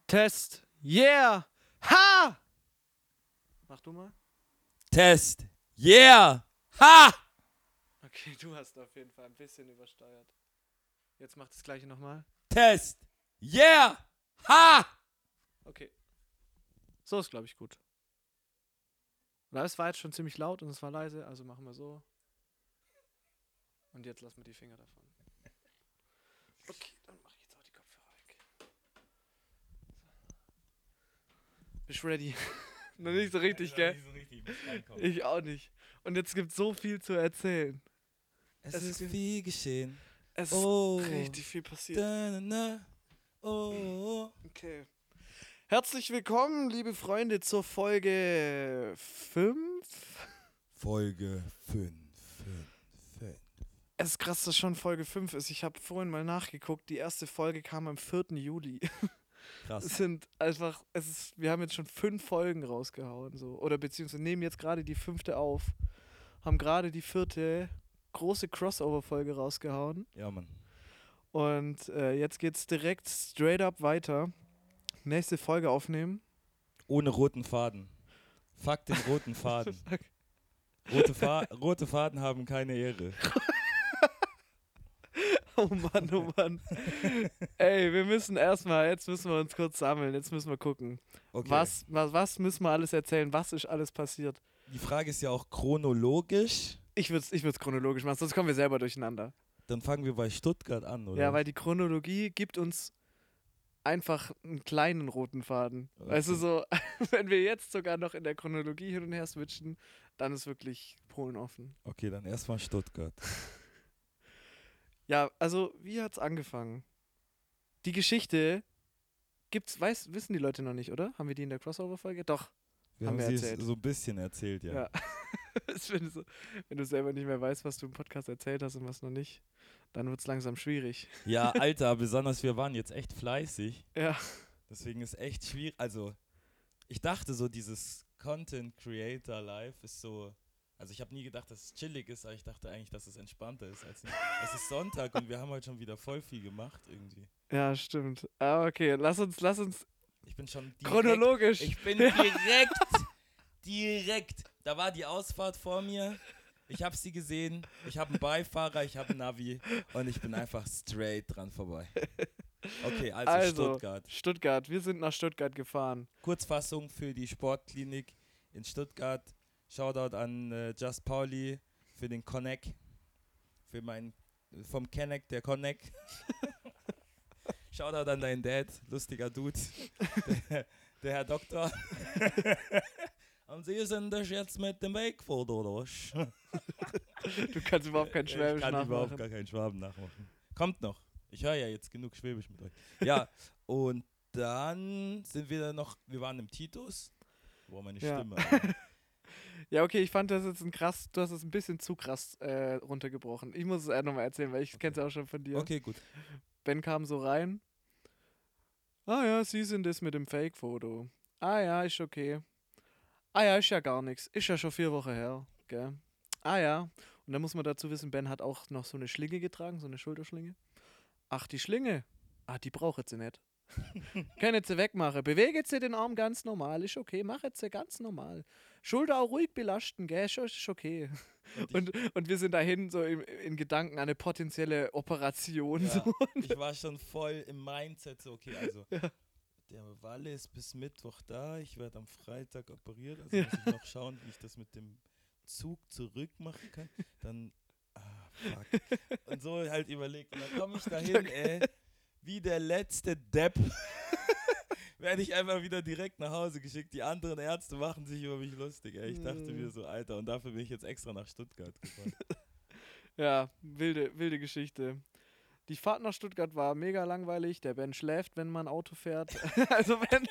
Test. Yeah. Ha! Mach du mal. Test. Yeah. Ha! Okay, du hast auf jeden Fall ein bisschen übersteuert. Jetzt mach das gleiche nochmal. Test. Yeah. Ha! Okay. So ist, glaube ich, gut. Oder es war jetzt schon ziemlich laut und es war leise, also machen wir so. Und jetzt lassen wir die Finger davon. Okay, dann mache ich jetzt auch die Kopfhörer weg. So. Bist du ready? Noch nicht so richtig, gell? Nicht so richtig reinkommen. Ich auch nicht. Und jetzt gibt es so viel zu erzählen. Es ist viel geschehen. Es Oh. ist richtig viel passiert. Da, na, na. Oh. Okay. Herzlich willkommen, liebe Freunde, zur Folge 5. Folge 5. Es ist krass, dass schon Folge 5 ist. Ich habe vorhin mal nachgeguckt. Die erste Folge kam am 4. Juli. Krass. Wir haben jetzt schon 5 Folgen rausgehauen. So. Oder beziehungsweise nehmen jetzt gerade die 5. auf. Haben gerade die 4. große Crossover-Folge rausgehauen. Ja, Mann. Und jetzt geht's direkt straight up weiter. Nächste Folge aufnehmen. Ohne roten Faden. Fuck den roten Faden. Rote Faden haben keine Ehre. Oh Mann, oh Mann. Ey, jetzt müssen wir uns kurz sammeln, jetzt müssen wir gucken. Okay. Was müssen wir alles erzählen? Was ist alles passiert? Die Frage ist ja auch chronologisch. Ich würd's chronologisch machen, sonst kommen wir selber durcheinander. Dann fangen wir bei Stuttgart an, oder? Ja, weil die Chronologie gibt uns einfach einen kleinen roten Faden. Okay. Weißt du, so, wenn wir jetzt sogar noch in der Chronologie hin und her switchen, dann ist wirklich Polen offen. Okay, dann erstmal Stuttgart. Ja, also, wie hat's angefangen? Die Geschichte wissen die Leute noch nicht, oder? Haben wir die in der Crossover-Folge? Doch. Wir Haben haben wir sie erzählt. so ein bisschen erzählt, ja. Ja. Wenn du selber nicht mehr weißt, was du im Podcast erzählt hast und was noch nicht, dann wird's langsam schwierig. Ja, Alter, besonders wir waren jetzt echt fleißig. Ja. Deswegen ist echt schwierig. Also, ich dachte so, dieses Content Creator Life ist so. Also, ich habe nie gedacht, dass es chillig ist, aber ich dachte eigentlich, dass es entspannter ist. Es ist Sonntag und wir haben heute schon wieder voll viel gemacht irgendwie. Ja, stimmt. Ah, okay, lass uns Ich bin schon direkt. chronologisch. Ich bin direkt. Da war die Ausfahrt vor mir. Ich habe sie gesehen. Ich habe einen Beifahrer, ich habe einen Navi und ich bin einfach straight dran vorbei. Okay, also Stuttgart. Wir sind nach Stuttgart gefahren. Kurzfassung für die Sportklinik in Stuttgart. Shoutout an Just Pauli für den Connect. Vom Kenneck, der Connect. Shoutout an deinen Dad, lustiger Dude. Der Herr Doktor. Und Sie sind das jetzt mit dem Weg vor, oder was? Du kannst überhaupt kein Schwäbisch Ich kann nachmachen. überhaupt gar keinen Schwaben nachmachen. Kommt noch. Ich höre ja jetzt genug Schwäbisch mit euch. Ja, und dann sind wir wir waren im Titus. Boah, meine Ja. Stimme. Ja, okay, ich fand das jetzt du hast es ein bisschen zu krass runtergebrochen. Ich muss es nochmal erzählen, weil ich kenne es ja auch schon von dir. Okay, gut. Ben kam so rein. Ah ja, Sie sind es mit dem Fake-Foto. Ah ja, ist okay. Ah ja, ist ja gar nichts. Ist ja schon 4 Wochen her, gell? Ah ja. Und dann muss man dazu wissen, Ben hat auch noch so eine Schlinge getragen, so eine Schulterschlinge. Ach, die Schlinge. Ah, die braucht sie nicht. Können sie wegmachen. Bewegt sie den Arm ganz normal. Ist okay. Machet sie ganz normal. Schulter auch ruhig belasten, gell? Ist okay. Und wir sind dahin so in Gedanken an eine potenzielle Operation. Ja, So. ich war schon voll im Mindset, so okay, also Ja. der Walle ist bis Mittwoch da, ich werde am Freitag operiert, also Ja. muss ich noch schauen, wie ich das mit dem Zug zurück machen kann. Dann, fuck. Und so halt überlegt. Und dann komme ich dahin, wie der letzte Depp, werde ich einfach wieder direkt nach Hause geschickt. Die anderen Ärzte machen sich über mich lustig, ey. Ich dachte mir so, Alter, und dafür bin ich jetzt extra nach Stuttgart gefahren. Ja, wilde Geschichte. Die Fahrt nach Stuttgart war mega langweilig. Der Ben schläft, wenn man Auto fährt. Also wenn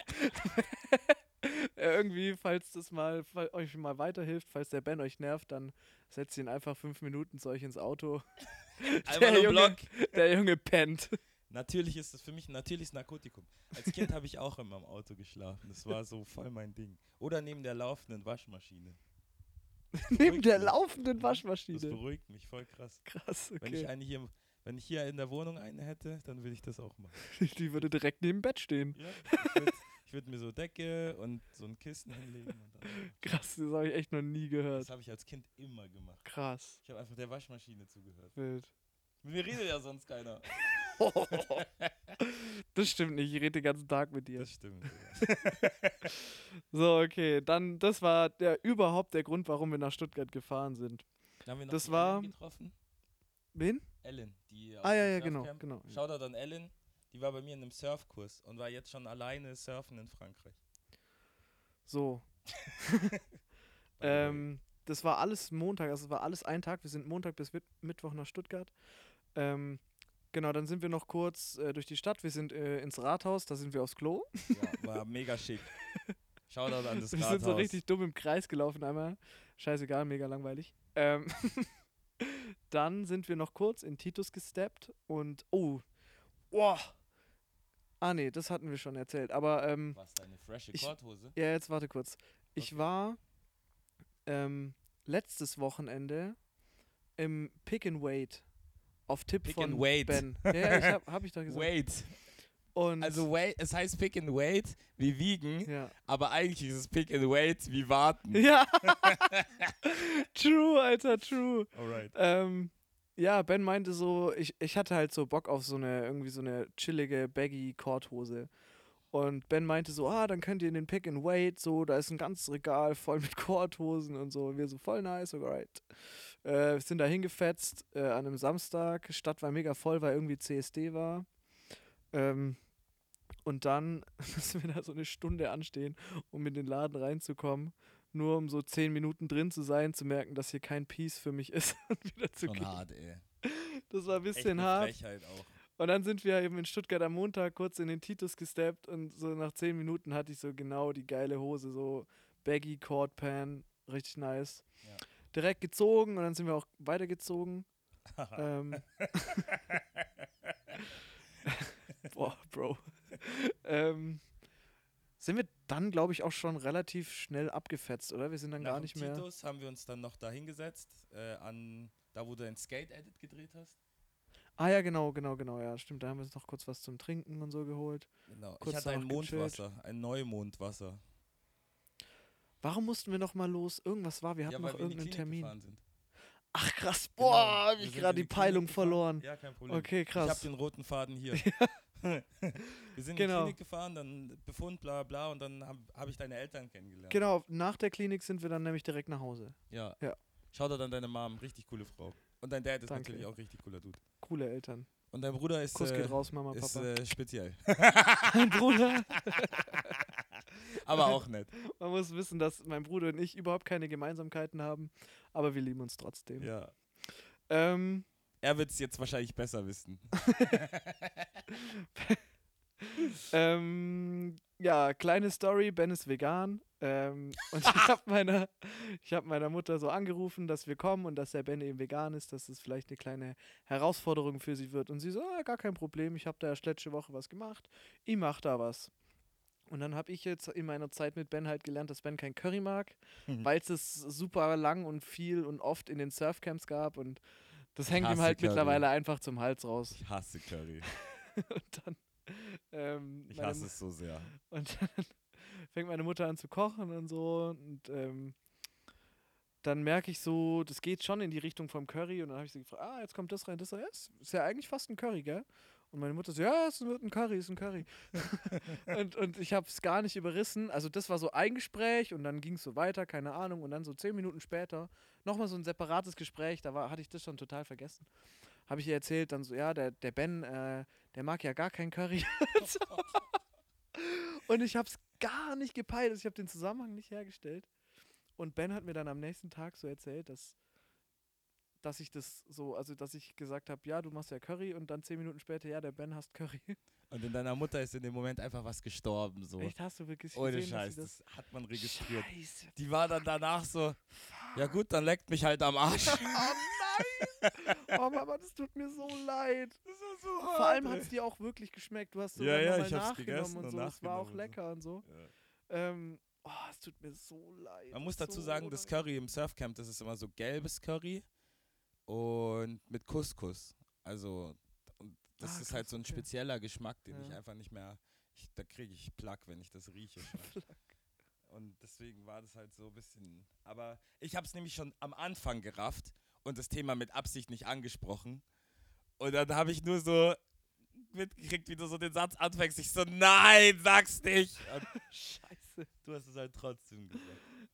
irgendwie, falls euch mal weiterhilft, falls der Ben euch nervt, dann setzt ihn einfach 5 Minuten zu euch ins Auto. Einmal nur Block. Der Junge pennt. Natürlich ist das für mich ein natürliches Narkotikum. Als Kind habe ich auch immer im Auto geschlafen. Das war so voll mein Ding. Oder neben der laufenden Waschmaschine. Neben der mich. laufenden Das Waschmaschine. beruhigt mich voll krass. Krass, Wenn ich okay. Wenn ich hier in der Wohnung eine hätte, dann würde ich das auch machen. Die würde direkt neben dem Bett stehen. Ja, ich würd mir so Decke und so ein Kissen hinlegen. Und dann Krass, das habe ich echt noch nie gehört. das habe ich als Kind immer gemacht. Krass. Ich habe einfach der Waschmaschine zugehört. Wild. Mit mir redet ja sonst keiner. Das stimmt nicht, ich rede den ganzen Tag mit dir. Das stimmt. So, okay, dann, das war überhaupt der Grund, warum wir nach Stuttgart gefahren sind. Dann haben wir noch Das die war- Ellen getroffen. Wen? Ellen, die Ah, ja, dem ja, genau, Surfcamp. genau. Shoutout an Ellen. Die war bei mir in einem Surfkurs und war jetzt schon alleine surfen in Frankreich. So, By the way. das war alles Montag, also es war alles ein Tag. Wir sind Montag bis Mittwoch nach Stuttgart. Genau, dann sind wir noch kurz durch die Stadt. Wir sind ins Rathaus, da sind wir aufs Klo. Ja, war mega schick. Shoutout an das Wir Rathaus. sind so richtig dumm im Kreis gelaufen einmal. Scheißegal, mega langweilig. Dann sind wir noch kurz in Titus gesteppt und ah nee, das hatten wir schon erzählt. Aber Was, deine frische ich- Korthose? ja, jetzt warte kurz. Ich Okay. war letztes Wochenende im Pick and Wait auf Tipp Pick von and Wait. Ben. Ja, hab ich doch gesagt. Wait. Und Also wait, es heißt Pick and Wait wie wiegen, ja. aber eigentlich ist es Pick and Wait wie warten. Ja. True, Alter, true. Alright. Ja, Ben meinte so, ich hatte halt so Bock auf so eine chillige, baggy Korthose. Und Ben meinte so, dann könnt ihr in den Pick and Wait, so, da ist ein ganzes Regal voll mit Korthosen und so. Und wir so, voll nice, alright. Wir sind da hingefetzt an einem Samstag. Stadt war mega voll, weil irgendwie CSD war. Und dann müssen wir da so eine Stunde anstehen, um in den Laden reinzukommen. Nur um so 10 Minuten drin zu sein, zu merken, dass hier kein Peace für mich ist und wieder zu Schon gehen. hart, ey. Das war ein Echt bisschen eine hart. Frechheit auch. Und dann sind wir eben in Stuttgart am Montag kurz in den Titus gesteppt und so nach 10 Minuten hatte ich so genau die geile Hose, so baggy Cord Pan, richtig nice. Ja. Direkt gezogen und dann sind wir auch weitergezogen. Boah, Bro. Sind wir dann, glaube ich, auch schon relativ schnell abgefetzt, oder? Wir sind dann Nach gar dem nicht mehr. Titus haben wir uns dann noch da hingesetzt, da wo du ein Skate-Edit gedreht hast. Ah ja, genau, ja, stimmt. Da haben wir uns noch kurz was zum Trinken und so geholt. Genau. Kurz Ich hatte ein danach gechillt. Mondwasser, ein Neumondwasser. Warum mussten wir noch mal los? Irgendwas war, wir hatten Ja, noch weil wir in die irgendeinen Klinik Termin. gefahren sind. Ach krass, Genau. boah, hab Wir ich sind gerade in die Klinik Peilung gefahren. verloren. Ja, kein Problem. Okay, Ich habe krass. den roten Faden hier. Wir sind in die Genau. Klinik gefahren, dann Befund, bla bla, und dann hab ich deine Eltern kennengelernt. Genau, nach der Klinik sind wir dann nämlich direkt nach Hause. Ja. Ja. Shoutout an deine Mom, richtig coole Frau. Und dein Dad ist Danke. natürlich auch ein richtig cooler Dude. Coole Eltern. Und dein Bruder ist, Kuss geht raus, Mama, ist Papa. speziell. Mein Bruder. Aber auch nett. Man muss wissen, dass mein Bruder und ich überhaupt keine Gemeinsamkeiten haben, aber wir lieben uns trotzdem. Ja. Ähm, Er wird es jetzt wahrscheinlich besser wissen. ja, kleine Story, Ben ist vegan. Und ich hab meiner Mutter so angerufen, dass wir kommen und dass der Ben eben vegan ist, dass es vielleicht eine kleine Herausforderung für sie wird. Und sie so, gar kein Problem, ich habe da erst letzte Woche was gemacht, ich mach da was. Und dann habe ich jetzt in meiner Zeit mit Ben halt gelernt, dass Ben kein Curry mag, weil es es super lang und viel und oft in den Surfcamps gab und das hängt ihm hasse halt Curry. mittlerweile einfach zum Hals raus. Ich hasse Curry. Und dann Ich meine hasse es so sehr. Und dann fängt meine Mutter an zu kochen und so. Und dann merke ich so, das geht schon in die Richtung vom Curry. Und dann habe ich sie gefragt, jetzt kommt das rein, das rein. Ja, ist ja eigentlich fast ein Curry, gell? Und meine Mutter so, ja, es wird ein Curry, ist ein Curry. und ich habe es gar nicht überrissen. Also das war so ein Gespräch und dann ging es so weiter, keine Ahnung. Und dann so 10 Minuten später nochmal so ein separates Gespräch, hatte ich das schon total vergessen. Habe ich ihr erzählt, dann so, ja, der Ben, der mag ja gar kein Curry. Und ich habe es gar nicht gepeilt, also ich habe den Zusammenhang nicht hergestellt. Und Ben hat mir dann am nächsten Tag so erzählt, dass ich das so, also dass ich gesagt habe, ja, du machst ja Curry und dann 10 Minuten später, ja, der Ben hasst Curry. Und in deiner Mutter ist in dem Moment einfach was gestorben. So. Echt, hast du wirklich Ohne gesehen, Scheiß, dass sie das hat man registriert. Scheiße. Die war dann danach so, ja gut, dann leckt mich halt am Arsch. Oh nein! Oh Mama, das tut mir so leid. Das ist so hart. Vor allem hat es dir auch wirklich geschmeckt. Du hast so Ja, ja, nochmal ich hab's gegessen nachgenommen und und so. Es war auch nachgenommen und so. lecker und so. Ja. Es tut mir so leid. Man muss dazu so sagen, das leid. Curry im Surfcamp, das ist immer so gelbes Curry und mit Couscous. Also, und das ist krass, halt so ein okay. spezieller Geschmack, den ich Ja. einfach nicht mehr, da kriege ich Plack, wenn ich das rieche schon. Und deswegen war das halt so ein bisschen, aber ich habe es nämlich schon am Anfang gerafft und das Thema mit Absicht nicht angesprochen. Und dann habe ich nur so mitgekriegt, wie du so den Satz anfängst. Ich so, nein, sag's nicht. Und Scheiße. du hast es halt trotzdem gesagt.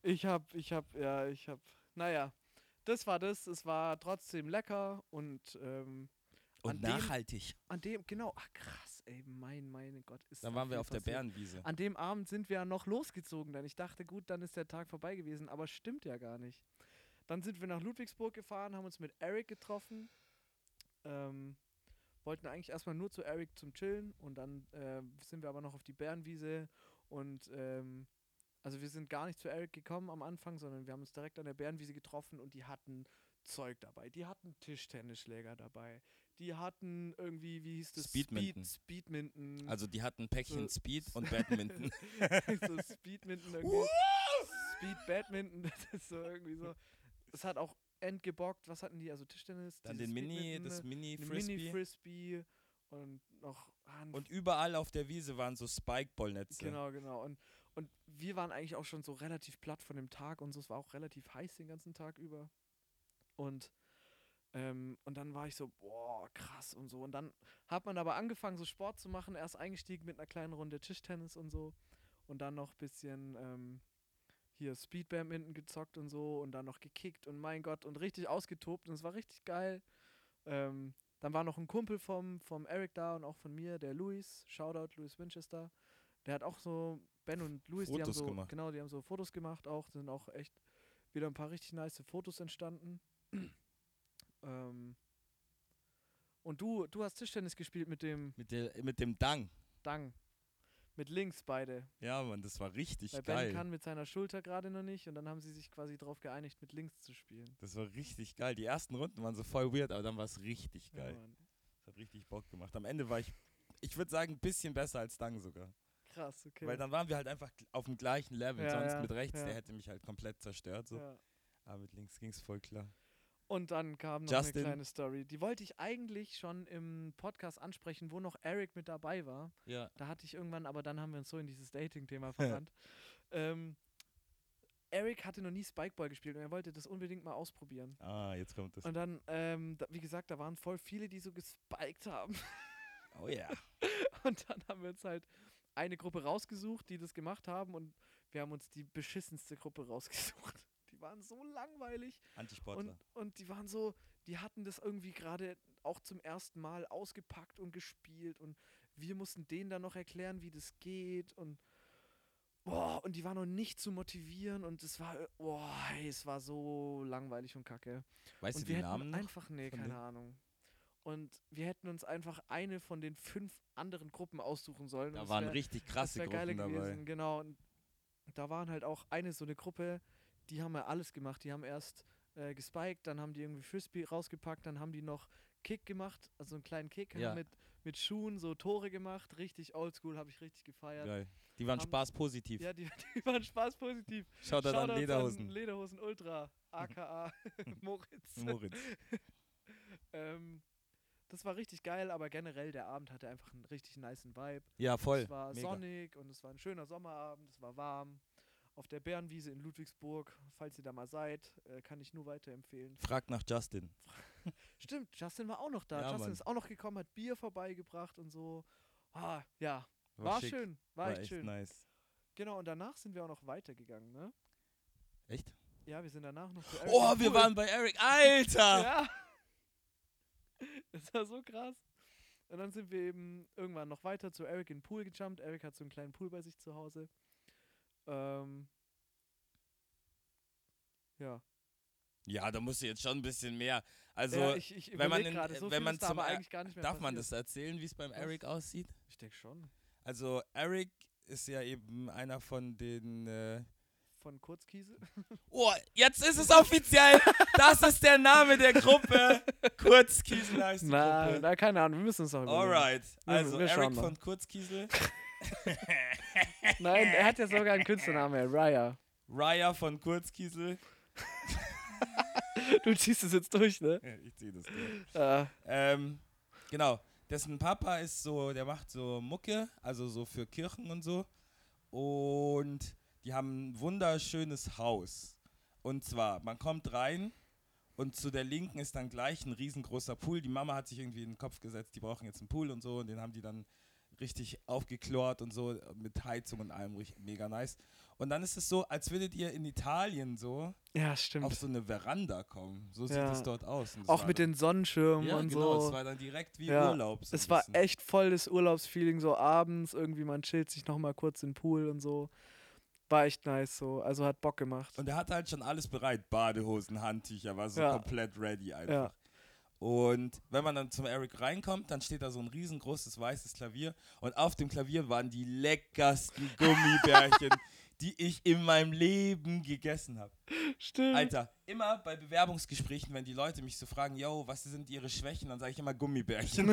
Naja, das war das. Es war trotzdem lecker und Und An dem- nachhaltig. genau, ach krass, ey, meine Gott, ist Dann da waren wir viel auf der passiert. Bärenwiese. An dem Abend sind wir ja noch losgezogen dann. Ich dachte, gut, dann ist der Tag vorbei gewesen, aber stimmt ja gar nicht. Dann sind wir nach Ludwigsburg gefahren, haben uns mit Eric getroffen. Wollten eigentlich erstmal nur zu Eric zum Chillen und dann sind wir aber noch auf die Bärenwiese und also wir sind gar nicht zu Eric gekommen am Anfang, sondern wir haben uns direkt an der Bärenwiese getroffen und die hatten Zeug dabei. Die hatten Tischtennisschläger dabei. Die hatten irgendwie, wie hieß das? Speedminton. Speedminton. Also die hatten ein Päckchen So- Speed und Badminton. so Speedminton irgendwie. Speed Badminton, das ist so irgendwie so. Es hat auch entgebockt. Was hatten die? Also Tischtennis, Dann dieses den Mini, Speedminton, das eine Mini-Frisbee. Mini-Frisbee und noch Und überall auf der Wiese waren so Spikeball-Netze. Genau. Und wir waren eigentlich auch schon so relativ platt von dem Tag und so. Es war auch relativ heiß den ganzen Tag über. Und dann war ich so, boah, krass und so. Und dann hat man aber angefangen, so Sport zu machen. Erst eingestiegen mit einer kleinen Runde Tischtennis und so. Und dann noch ein bisschen hier Speed-Badminton gezockt und so. Und dann noch gekickt und mein Gott. Und richtig ausgetobt. Und es war richtig geil. Dann war noch ein Kumpel vom Eric da und auch von mir, der Luis. Shoutout, Luis Winchester. Der hat auch so, Ben und Luis, die haben Fotos so, gemacht. genau, die haben so Fotos gemacht auch. Da sind auch echt wieder ein paar richtig nice Fotos entstanden. Und du hast Tischtennis gespielt mit dem Mit dem Dang. Dang. Mit links beide. Ja, Mann, das war richtig Weil Ben geil. kann mit seiner Schulter gerade noch nicht und dann haben sie sich quasi darauf geeinigt, mit links zu spielen. Das war richtig geil. Die ersten Runden waren so voll weird, aber dann war es richtig Ja, geil. Mann. Das hat richtig Bock gemacht. Am Ende war ich würde sagen, ein bisschen besser als Dang sogar. Krass, okay. Weil dann waren wir halt einfach auf dem gleichen Level. Ja, Sonst ja, mit rechts, ja. der hätte mich halt komplett zerstört. So. Ja. Aber mit links ging es voll klar. Und dann kam noch Justin. eine kleine Story. Die wollte ich eigentlich schon im Podcast ansprechen, wo noch Eric mit dabei war. Ja. Da hatte ich irgendwann, aber dann haben wir uns so in dieses Dating-Thema verrannt. Eric hatte noch nie Spikeball gespielt und er wollte das unbedingt mal ausprobieren. Ah, jetzt kommt das. Und dann, wie gesagt, da waren voll viele, die so gespiked haben. Oh ja. Und dann haben wir uns halt eine Gruppe rausgesucht, die das gemacht haben und wir haben uns die beschissenste Gruppe rausgesucht. Die waren so langweilig Antisportler. und die waren so, die hatten das irgendwie gerade auch zum ersten Mal ausgepackt und gespielt und wir mussten denen dann noch erklären, wie das geht und boah, und die waren noch nicht zu motivieren und es war so langweilig und kacke. Weißt Und du wir die hätten Namen noch? einfach, nee, von keine denen? Ahnung. Und wir hätten uns einfach eine von den 5 anderen Gruppen aussuchen sollen. und Da es waren wär- richtig das krasse wär geiler Gruppen dabei. gewesen, genau. Und da waren halt auch so eine Gruppe, die haben ja alles gemacht. Die haben erst gespiked, dann haben die irgendwie Frisbee rausgepackt, dann haben die noch Kick gemacht, also einen kleinen Kick, Ja. haben mit Schuhen so Tore gemacht. Richtig oldschool, habe ich richtig gefeiert. Geil. Die waren Haben- spaßpositiv. Ja, die waren spaßpositiv. Schaut an Shoutouts Lederhosen. an Lederhosen Ultra, aka Moritz. Moritz. Das war richtig geil, aber generell der Abend hatte einfach einen richtig nicen Vibe. Ja, voll. Es war Mega. sonnig und es war ein schöner Sommerabend, es war warm. Auf der Bärenwiese in Ludwigsburg, falls ihr da mal seid, kann ich nur weiterempfehlen. Frag nach Justin. Stimmt, Justin war auch noch da. Ja, Justin Mann. ist auch noch gekommen, hat Bier vorbeigebracht und so. Ja, war schick. schön, war War echt echt schön. nice. Genau, und danach sind wir auch noch weitergegangen, ne? Echt? Ja, wir sind danach noch zu Oh, Eric wir Pool. waren bei Eric. Alter! Ja. Das war so krass. Und dann sind wir eben irgendwann noch weiter zu Eric in den Pool gejumpt. Eric hat so einen kleinen Pool bei sich zu Hause. Ja. Ja, da musst du jetzt schon ein bisschen mehr. Also, ja, ich wenn man, überleg gerade, so wenn viel man ist da zum aber eigentlich gar nicht mehr darf man passiert. das erzählen, wie es beim Was? Eric aussieht? Ich denke schon. Also, Eric ist ja eben einer von den. Von Kurzkiesel. Oh, jetzt ist es offiziell. Das ist der Name der Gruppe. Kurzkiesel heißt die Gruppe. Na, keine Ahnung, wir müssen uns noch überlegen. Alright. Also, wir schauen Eric mal. von Kurzkiesel. Nein, er hat ja sogar einen Künstlernamen, Raya. Raya von Kurzkiesel. Du ziehst es jetzt durch, ne? Ich zieh das durch. Äh, Genau. Dessen Papa ist so, der macht so Mucke, also so für Kirchen und so. Und die haben ein wunderschönes Haus. Und zwar, man kommt rein und zu der Linken ist dann gleich ein riesengroßer Pool. Die Mama hat sich irgendwie in den Kopf gesetzt, die brauchen jetzt einen Pool und so. Und den haben die dann richtig aufgeklort und so mit Heizung und allem, mega nice. Und dann ist es so, als würdet ihr in Italien so ja, stimmt. auf so eine Veranda kommen. So sieht Ja. es dort aus. Und das Auch war mit dann, den Sonnenschirmen ja, und genau, so. es war dann direkt wie Ja, Urlaub. So es ein war bisschen. echt voll das Urlaubsfeeling, so abends irgendwie, man chillt sich nochmal kurz in den Pool und so. War echt nice so, also hat Bock gemacht. Und er hatte halt schon alles bereit. Badehosen, Handtücher, war so Ja. komplett ready einfach. Ja. Und wenn man dann zum Eric reinkommt, dann steht da so ein riesengroßes weißes Klavier. Und auf dem Klavier waren die leckersten Gummibärchen, die ich in meinem Leben gegessen habe. Stimmt. Alter, immer bei Bewerbungsgesprächen, wenn die Leute mich so fragen, yo, was sind ihre Schwächen, dann sage ich immer Gummibärchen.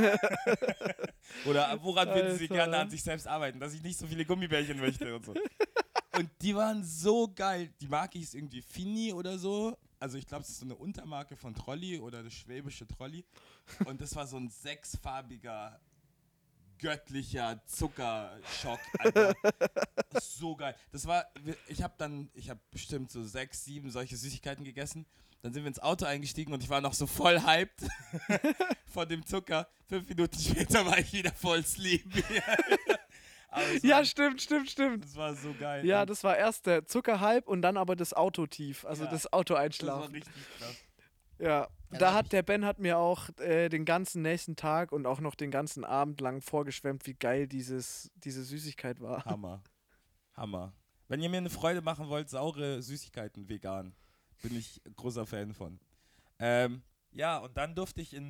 Oder woran würden sie Alter. gerne an sich selbst arbeiten, dass ich nicht so viele Gummibärchen möchte und so. Und die waren so geil. Die Marke hieß irgendwie Fini oder so. Also ich glaube, es ist so eine Untermarke von Trolli oder das schwäbische Trolli. Und das war so ein 6farbiger, göttlicher Zuckerschock, Alter. So geil. Das war, ich habe bestimmt so 6, 7 solche Süßigkeiten gegessen. Dann sind wir ins Auto eingestiegen und ich war noch so voll hyped von dem Zucker. 5 Minuten später war ich wieder voll sleepy. Aber es Ja, war, stimmt. das war so geil. Ja, Und das war erst der Zuckerhype und dann aber das Autotief, also Ja, das das Auto-Einschlafen. war richtig krass. Ja, Ja, da da hab hat der Ben hat mir auch den ganzen nächsten Tag und auch noch den ganzen Abend lang vorgeschwärmt, wie geil diese Süßigkeit war. Hammer. Hammer. Wenn ihr mir eine Freude machen wollt, saure Süßigkeiten vegan. Bin ich großer Fan von. Ja, und dann durfte ich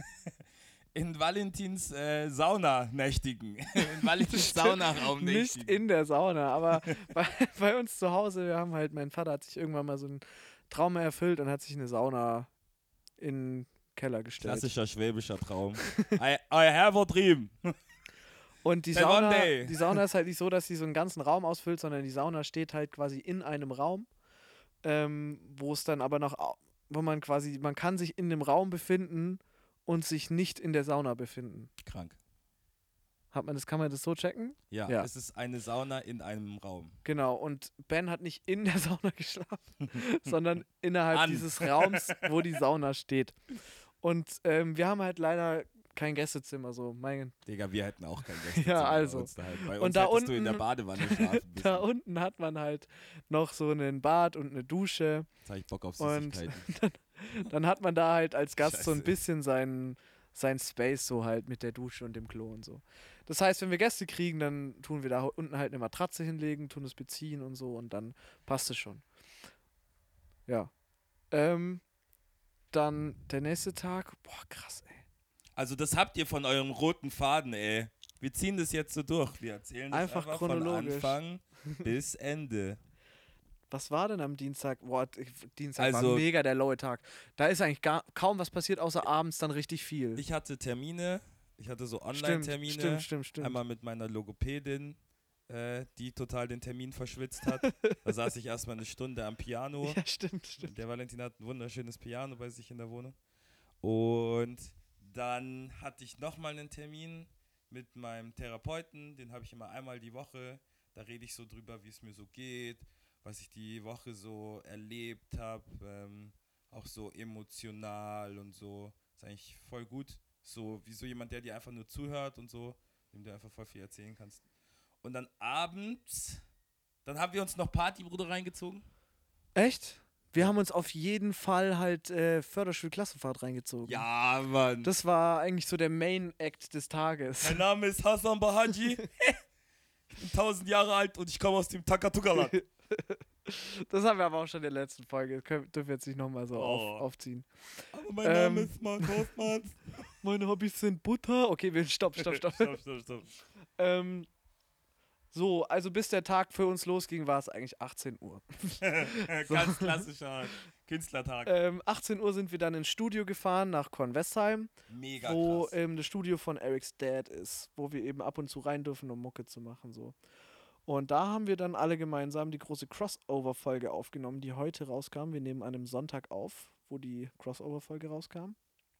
in Valentins Sauna nächtigen. In Valentins Saunaraum Nicht nächtigen. in der Sauna, aber bei uns zu Hause, wir haben halt, mein Vater hat sich irgendwann mal so einen Traum erfüllt und hat sich eine Sauna in den Keller gestellt. Klassischer schwäbischer Traum. Euer Herr vertrieben. Und die Then one Sauna, day. die Sauna ist halt nicht so, dass sie so einen ganzen Raum ausfüllt, sondern die Sauna steht halt quasi in einem Raum, wo es dann aber noch, wo man quasi, man kann sich in dem Raum befinden und sich nicht in der Sauna befinden. Krank. Kann man das so checken? Ja, Ja. es ist eine Sauna in einem Raum. Genau, und Ben hat nicht in der Sauna geschlafen, sondern innerhalb An. dieses Raums, wo die Sauna steht. Und wir haben halt leider kein Gästezimmer, so mein. Digga, wir hätten auch kein Gästezimmer Ja, also. bei uns daheim. Bei Und uns da hättest du in der unten- Badewanne schlafen müssen. Da unten hat man halt noch so einen Bad und eine Dusche. Jetzt hab ich Bock auf Und Süßigkeiten. dann hat man da halt als Gast so ein Scheiße. bisschen sein Space so halt mit der Dusche und dem Klo und so. Das heißt, wenn wir Gäste kriegen, dann tun wir da unten halt eine Matratze hinlegen, tun es beziehen und so und dann passt es schon. Ja. Dann der nächste Tag, boah, krass, ey. Also das habt ihr von eurem roten Faden, ey. Wir ziehen das jetzt so durch. Wir erzählen das Einfach einfach von chronologisch. Anfang bis Ende. Was war denn am Dienstag? Boah, Dienstag war Also- mega der lowe Tag. Da ist eigentlich kaum was passiert, außer abends dann richtig viel. Ich hatte Termine. Ich hatte so Online-Termine. Stimmt. Einmal mit meiner Logopädin, die total den Termin verschwitzt hat. Da saß ich erstmal eine Stunde am Piano. Ja, stimmt. Der Valentin hat ein wunderschönes Piano bei sich in der Wohnung. Und dann hatte ich nochmal einen Termin mit meinem Therapeuten. Den habe ich immer einmal die Woche. Da rede ich so drüber, wie es mir so geht, was ich die Woche so erlebt habe. Auch so emotional und so. Ist eigentlich voll gut. So wie so jemand, der dir einfach nur zuhört und so, dem du einfach voll viel erzählen kannst. Und dann abends, dann haben wir uns noch Partybruder reingezogen. Echt? Wir haben uns auf jeden Fall halt Förderschulklassenfahrt reingezogen. Ja, Mann. Das war eigentlich so der Main-Act des Tages. Mein Name ist Hassan Bahaji. Ich bin 1000 Jahre alt und ich komme aus dem Takatuka-Land. Das haben wir aber auch schon in der letzten Folge. Dürfen wir jetzt nicht nochmal so Oh. aufziehen. Aber mein Name ist Mark Hoffmann. Meine Hobbys sind Butter. Okay, stopp. Stopp. So, also bis der Tag für uns losging, war es eigentlich 18 Uhr. Ganz klassischer Künstlertag. 18 Uhr sind wir dann ins Studio gefahren nach Kornwestheim, Mega wo krass. das Studio von Erics Dad ist, wo wir eben ab und zu rein dürfen, um Mucke zu machen. So. Und da haben wir dann alle gemeinsam die große Crossover-Folge aufgenommen, die heute rauskam. Wir nehmen an einem Sonntag auf, wo die Crossover-Folge rauskam.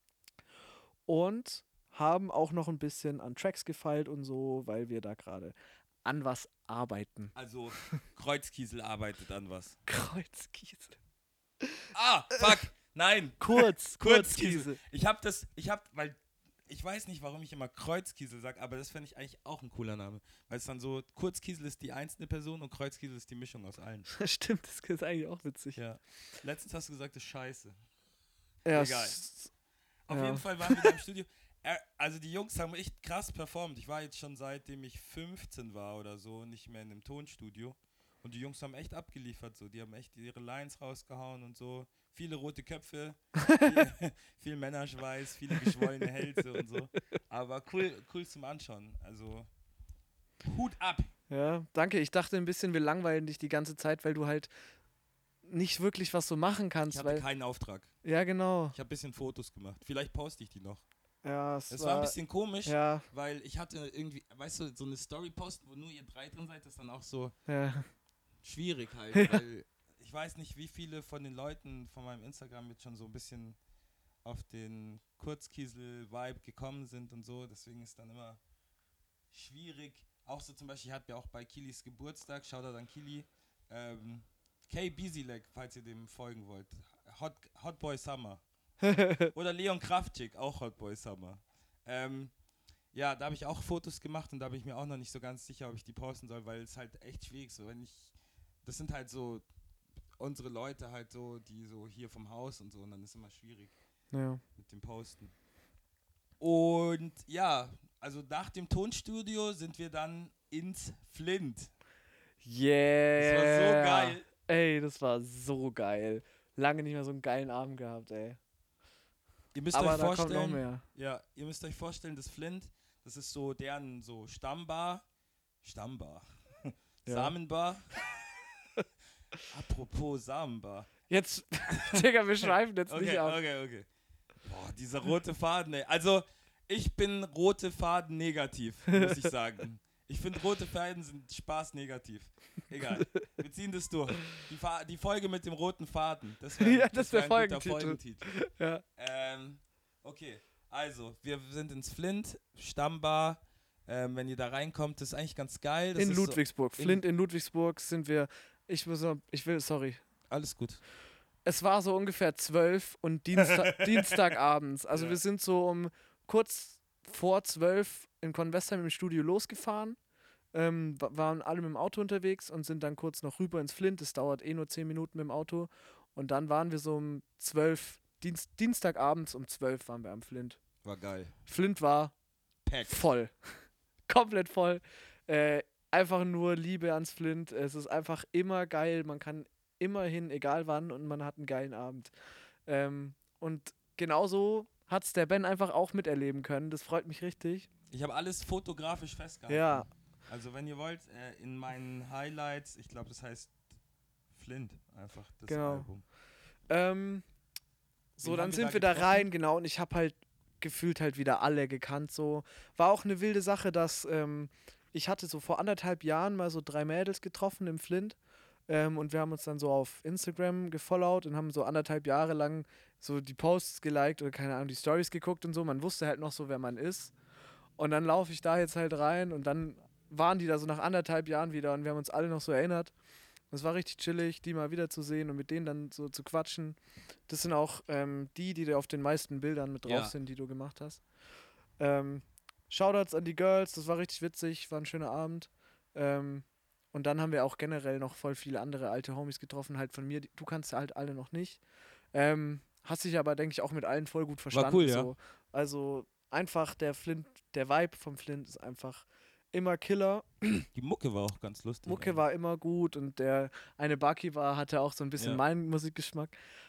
Und haben auch noch ein bisschen an Tracks gefeilt und so, weil wir da gerade an was arbeiten. Also, Kreuzkiesel arbeitet an was. Kreuzkiesel. Ah, fuck, nein. Kurzkiesel. Weil ich weiß nicht, warum ich immer Kreuzkiesel sage, aber das fände ich eigentlich auch ein cooler Name. Weil es dann so, Kurzkiesel ist die einzelne Person und Kreuzkiesel ist die Mischung aus allen. Stimmt, das ist eigentlich auch witzig. Ja. Letztens hast du gesagt, das ist scheiße. Ja, Egal. Auf ja. jeden Fall waren wir da im Studio. Also die Jungs haben echt krass performt. Ich war jetzt schon seitdem ich 15 war oder so nicht mehr in einem Tonstudio. Und die Jungs haben echt abgeliefert. So. Die haben echt ihre Lines rausgehauen und so. Viele rote Köpfe, viel Männerschweiß, viele geschwollene Hälse und so. Aber cool zum Anschauen. Also Hut ab. Ja, danke. Ich dachte ein bisschen, wir langweilen dich die ganze Zeit, weil du halt nicht wirklich was so machen kannst. Ich hatte Weil, keinen Auftrag. ja, genau. Ich habe ein bisschen Fotos gemacht. Vielleicht poste ich die noch. Ja, Es war ein bisschen komisch, Ja, weil ich hatte irgendwie, weißt du, so eine Story posten, wo nur ihr 3 drin seid, ist dann auch so ja. schwierig halt, weil ich weiß nicht, wie viele von den Leuten von meinem Instagram jetzt schon so ein bisschen auf den Kurzkiesel-Vibe gekommen sind und so, deswegen ist dann immer schwierig. Auch so zum Beispiel, ich hatte ja auch bei Kilis Geburtstag, Shoutout an Kili, Kay Beasyleg, falls ihr dem folgen wollt, Hot Boy Summer. Oder Leon Kraftschick, auch Hot Boy Summer. Ja, da habe ich auch Fotos gemacht und da bin ich mir auch noch nicht so ganz sicher, ob ich die posten soll, weil es halt echt schwierig ist. So, das sind halt so unsere Leute halt so, die so hier vom Haus und so, und dann ist immer schwierig Ja. mit dem Posten. Und ja, also nach dem Tonstudio sind wir dann ins Flint. Yeah. Das war so geil. Ey, das war so geil. Lange nicht mehr so einen geilen Abend gehabt, ey. Ihr müsst Aber euch da kommt vorstellen, noch mehr. ja, ihr müsst euch vorstellen, das Flint, das ist so deren so Stammbar, Ja. Samenbar. Apropos Samenbar. Jetzt, Digga, wir schreiben jetzt nicht ab. Okay. Boah, dieser rote Faden, ey. Also, ich bin rote Faden negativ, muss ich sagen. Ich finde, rote Fäden sind Spaß negativ. Egal. Wir ziehen das durch. Die Folge mit dem roten Faden. Das wäre Ja, das wär ein guter Folgentitel. Folgentitel. Ja. Okay. Also, wir sind ins Flint, Stammbar. Wenn ihr da reinkommt, das ist eigentlich ganz geil. Das In ist Ludwigsburg. so, Flint in Ludwigsburg sind wir. Sorry. alles gut. Es war so ungefähr 12 und Dienstagabends. Also Ja. wir sind so um kurz vor 12 in Convestheim im Studio losgefahren. Waren alle mit dem Auto unterwegs und sind dann kurz noch rüber ins Flint. Es dauert nur 10 Minuten mit dem Auto. Und dann waren wir so um 12, Dienstagabends um 12 waren wir am Flint. War geil. Flint war Pack. voll. Komplett voll. Einfach nur Liebe ans Flint. Es ist einfach immer geil. Man kann immer hin, egal wann, und man hat einen geilen Abend. Und genauso hat es der Ben einfach auch miterleben können. Das freut mich richtig. Ich habe alles fotografisch festgehalten. Ja. Also wenn ihr wollt, in meinen Highlights, ich glaube, das heißt Flint einfach, das Genau. Album. So, Wen dann haben wir sind da wir da getroffen? rein, genau, und ich habe halt gefühlt halt wieder alle gekannt. So, war auch eine wilde Sache, dass ich hatte so vor 1,5 Jahren mal so 3 Mädels getroffen im Flint. Und wir haben uns dann so auf Instagram gefollowt und haben so 1,5 Jahre lang so die Posts geliked oder keine Ahnung, die Stories geguckt und so. Man wusste halt noch so, wer man ist. Und dann laufe ich da jetzt halt rein und dann waren die da so nach 1,5 Jahren wieder und wir haben uns alle noch so erinnert. Es war richtig chillig, die mal wiederzusehen und mit denen dann so zu quatschen. Das sind auch die da auf den meisten Bildern mit drauf Ja. sind, die du gemacht hast. Shoutouts an die Girls, das war richtig witzig, war ein schöner Abend. Und dann haben wir auch generell noch voll viele andere alte Homies getroffen, halt von mir. Du kannst ja halt alle noch nicht. Hast dich aber, denke ich, auch mit allen voll gut verstanden. cool, ja. So. Also einfach der Vibe vom Flint ist einfach immer Killer. Die Mucke war auch ganz lustig. Mucke war immer gut und der eine Bucky hatte auch so ein bisschen Ja. meinen Musikgeschmack.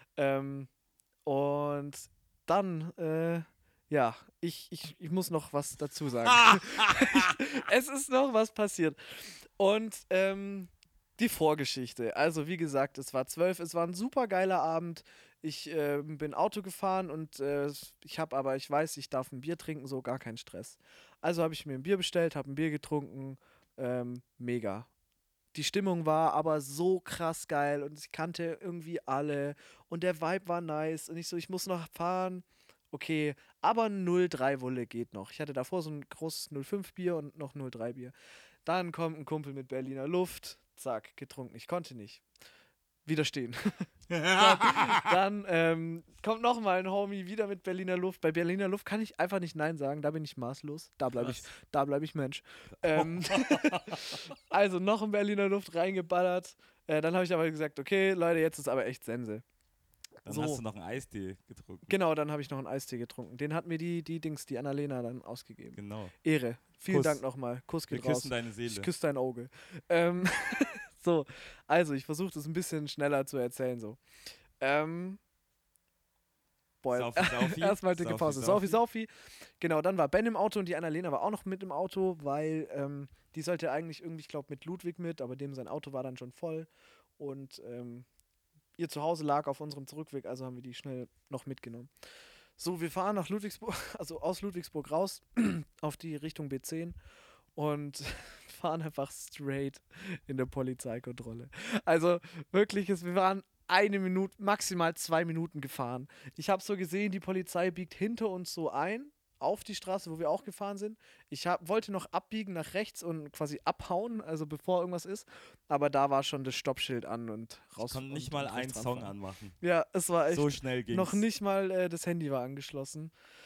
Und dann, ja, ich muss noch was dazu sagen. Es ist noch was passiert. Und die Vorgeschichte. Also wie gesagt, es war 12, es war ein super geiler Abend. Ich bin Auto gefahren und ich weiß, ich darf ein Bier trinken, so gar kein Stress. Also habe ich mir ein Bier bestellt, habe ein Bier getrunken, mega. die Stimmung war aber so krass geil und ich kannte irgendwie alle und der Vibe war nice und ich so, ich muss noch fahren. Okay, aber 0,3 Wulle geht noch. Ich hatte davor so ein großes 0,5 Bier und noch 0,3 Bier. Dann kommt ein Kumpel mit Berliner Luft, zack, getrunken. Ich konnte nicht widerstehen. Dann kommt nochmal ein Homie wieder mit Berliner Luft. Bei Berliner Luft kann ich einfach nicht Nein sagen, da bin ich maßlos. Da bleib ich Mensch. Also noch ein Berliner Luft reingeballert. Dann habe ich aber gesagt, okay, Leute, jetzt ist aber echt Sense. Dann So. hast du noch einen Eistee getrunken. Genau, dann habe ich noch einen Eistee getrunken. Den hat mir die Annalena dann ausgegeben. Genau. Ehre. Vielen Kuss. Dank nochmal. Kuss Wir geht raus. küssen deine Ich Seele. küsse dein Auge. Ähm, so, also ich versuche das ein bisschen schneller zu erzählen. So. Saufi. Erstmal dicke Pause. Saufi. Genau, dann war Ben im Auto und die Annalena war auch noch mit im Auto, weil die sollte eigentlich irgendwie, ich glaube, mit Ludwig mit, aber dem sein Auto war dann schon voll. Und ihr Zuhause lag auf unserem Zurückweg, also haben wir die schnell noch mitgenommen. So, wir fahren nach Ludwigsburg, also aus Ludwigsburg raus auf die Richtung B10 und fahren einfach straight in der Polizeikontrolle. Also wirklich, wir waren 1 Minute, maximal 2 Minuten gefahren. Ich habe so gesehen, die Polizei biegt hinter uns so ein auf die Straße, wo wir auch gefahren sind. Wollte noch abbiegen nach rechts und quasi abhauen, also bevor irgendwas ist. Aber da war schon das Stoppschild an und raus. Ich konnte nicht und mal rechts einen Song ranfahren. anmachen. Ja, es war echt. So schnell ging's. Noch nicht mal das Handy war angeschlossen.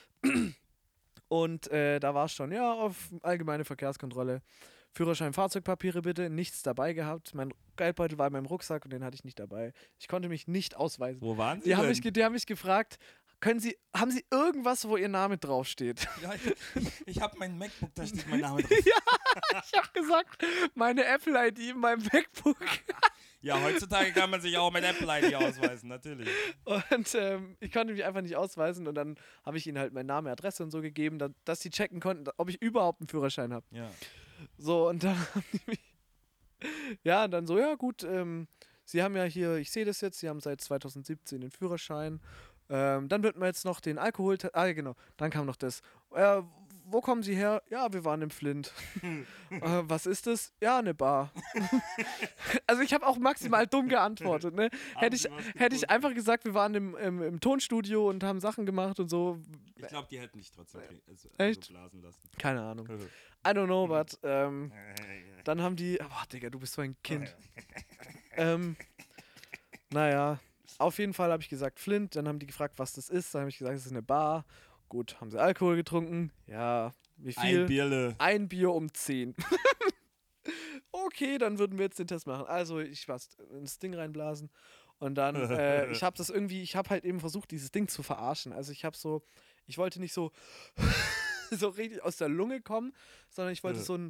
Und da war es schon, ja, auf allgemeine Verkehrskontrolle. Führerschein, Fahrzeugpapiere bitte, nichts dabei gehabt. Mein Geldbeutel war in meinem Rucksack und den hatte ich nicht dabei. Ich konnte mich nicht ausweisen. Wo waren Sie Die haben denn? die haben mich gefragt, haben Sie irgendwas, wo Ihr Name draufsteht? Ja, ich habe mein MacBook, da steht mein Name drauf. Ja, ich habe gesagt, meine Apple-ID in meinem MacBook. Ja, heutzutage kann man sich auch mit Apple-ID ausweisen, natürlich. Und ich konnte mich einfach nicht ausweisen und dann habe ich ihnen halt meinen Namen, Adresse und so gegeben, dass sie checken konnten, ob ich überhaupt einen Führerschein habe. Ja. So, und dann haben die mich. Ja, und dann so, ja gut, Sie haben ja hier, ich sehe das jetzt, Sie haben seit 2017 den Führerschein. Dann wird man jetzt noch den Alkohol. Genau, dann kam noch das. Wo kommen Sie her? Ja, wir waren im Flint. Was ist das? Ja, eine Bar. Also ich habe auch maximal dumm geantwortet. Ne? Hätte ich einfach gesagt, wir waren im Tonstudio und haben Sachen gemacht und so. Ich glaube, die hätten dich trotzdem Echt? blasen lassen. Keine Ahnung. I don't know, but dann haben die. Boah, Digga, du bist so ein Kind. Naja, auf jeden Fall habe ich gesagt Flint. Dann haben die gefragt, was das ist. Dann habe ich gesagt, es ist eine Bar. Gut, haben sie Alkohol getrunken? Ja, wie viel? Ein Bierle. Ein Bier um 10. Okay, dann würden wir jetzt den Test machen. Also, ich was ins Ding reinblasen. Und dann, ich habe halt eben versucht, dieses Ding zu verarschen. Also, ich wollte nicht so, so richtig aus der Lunge kommen, sondern ich wollte so ein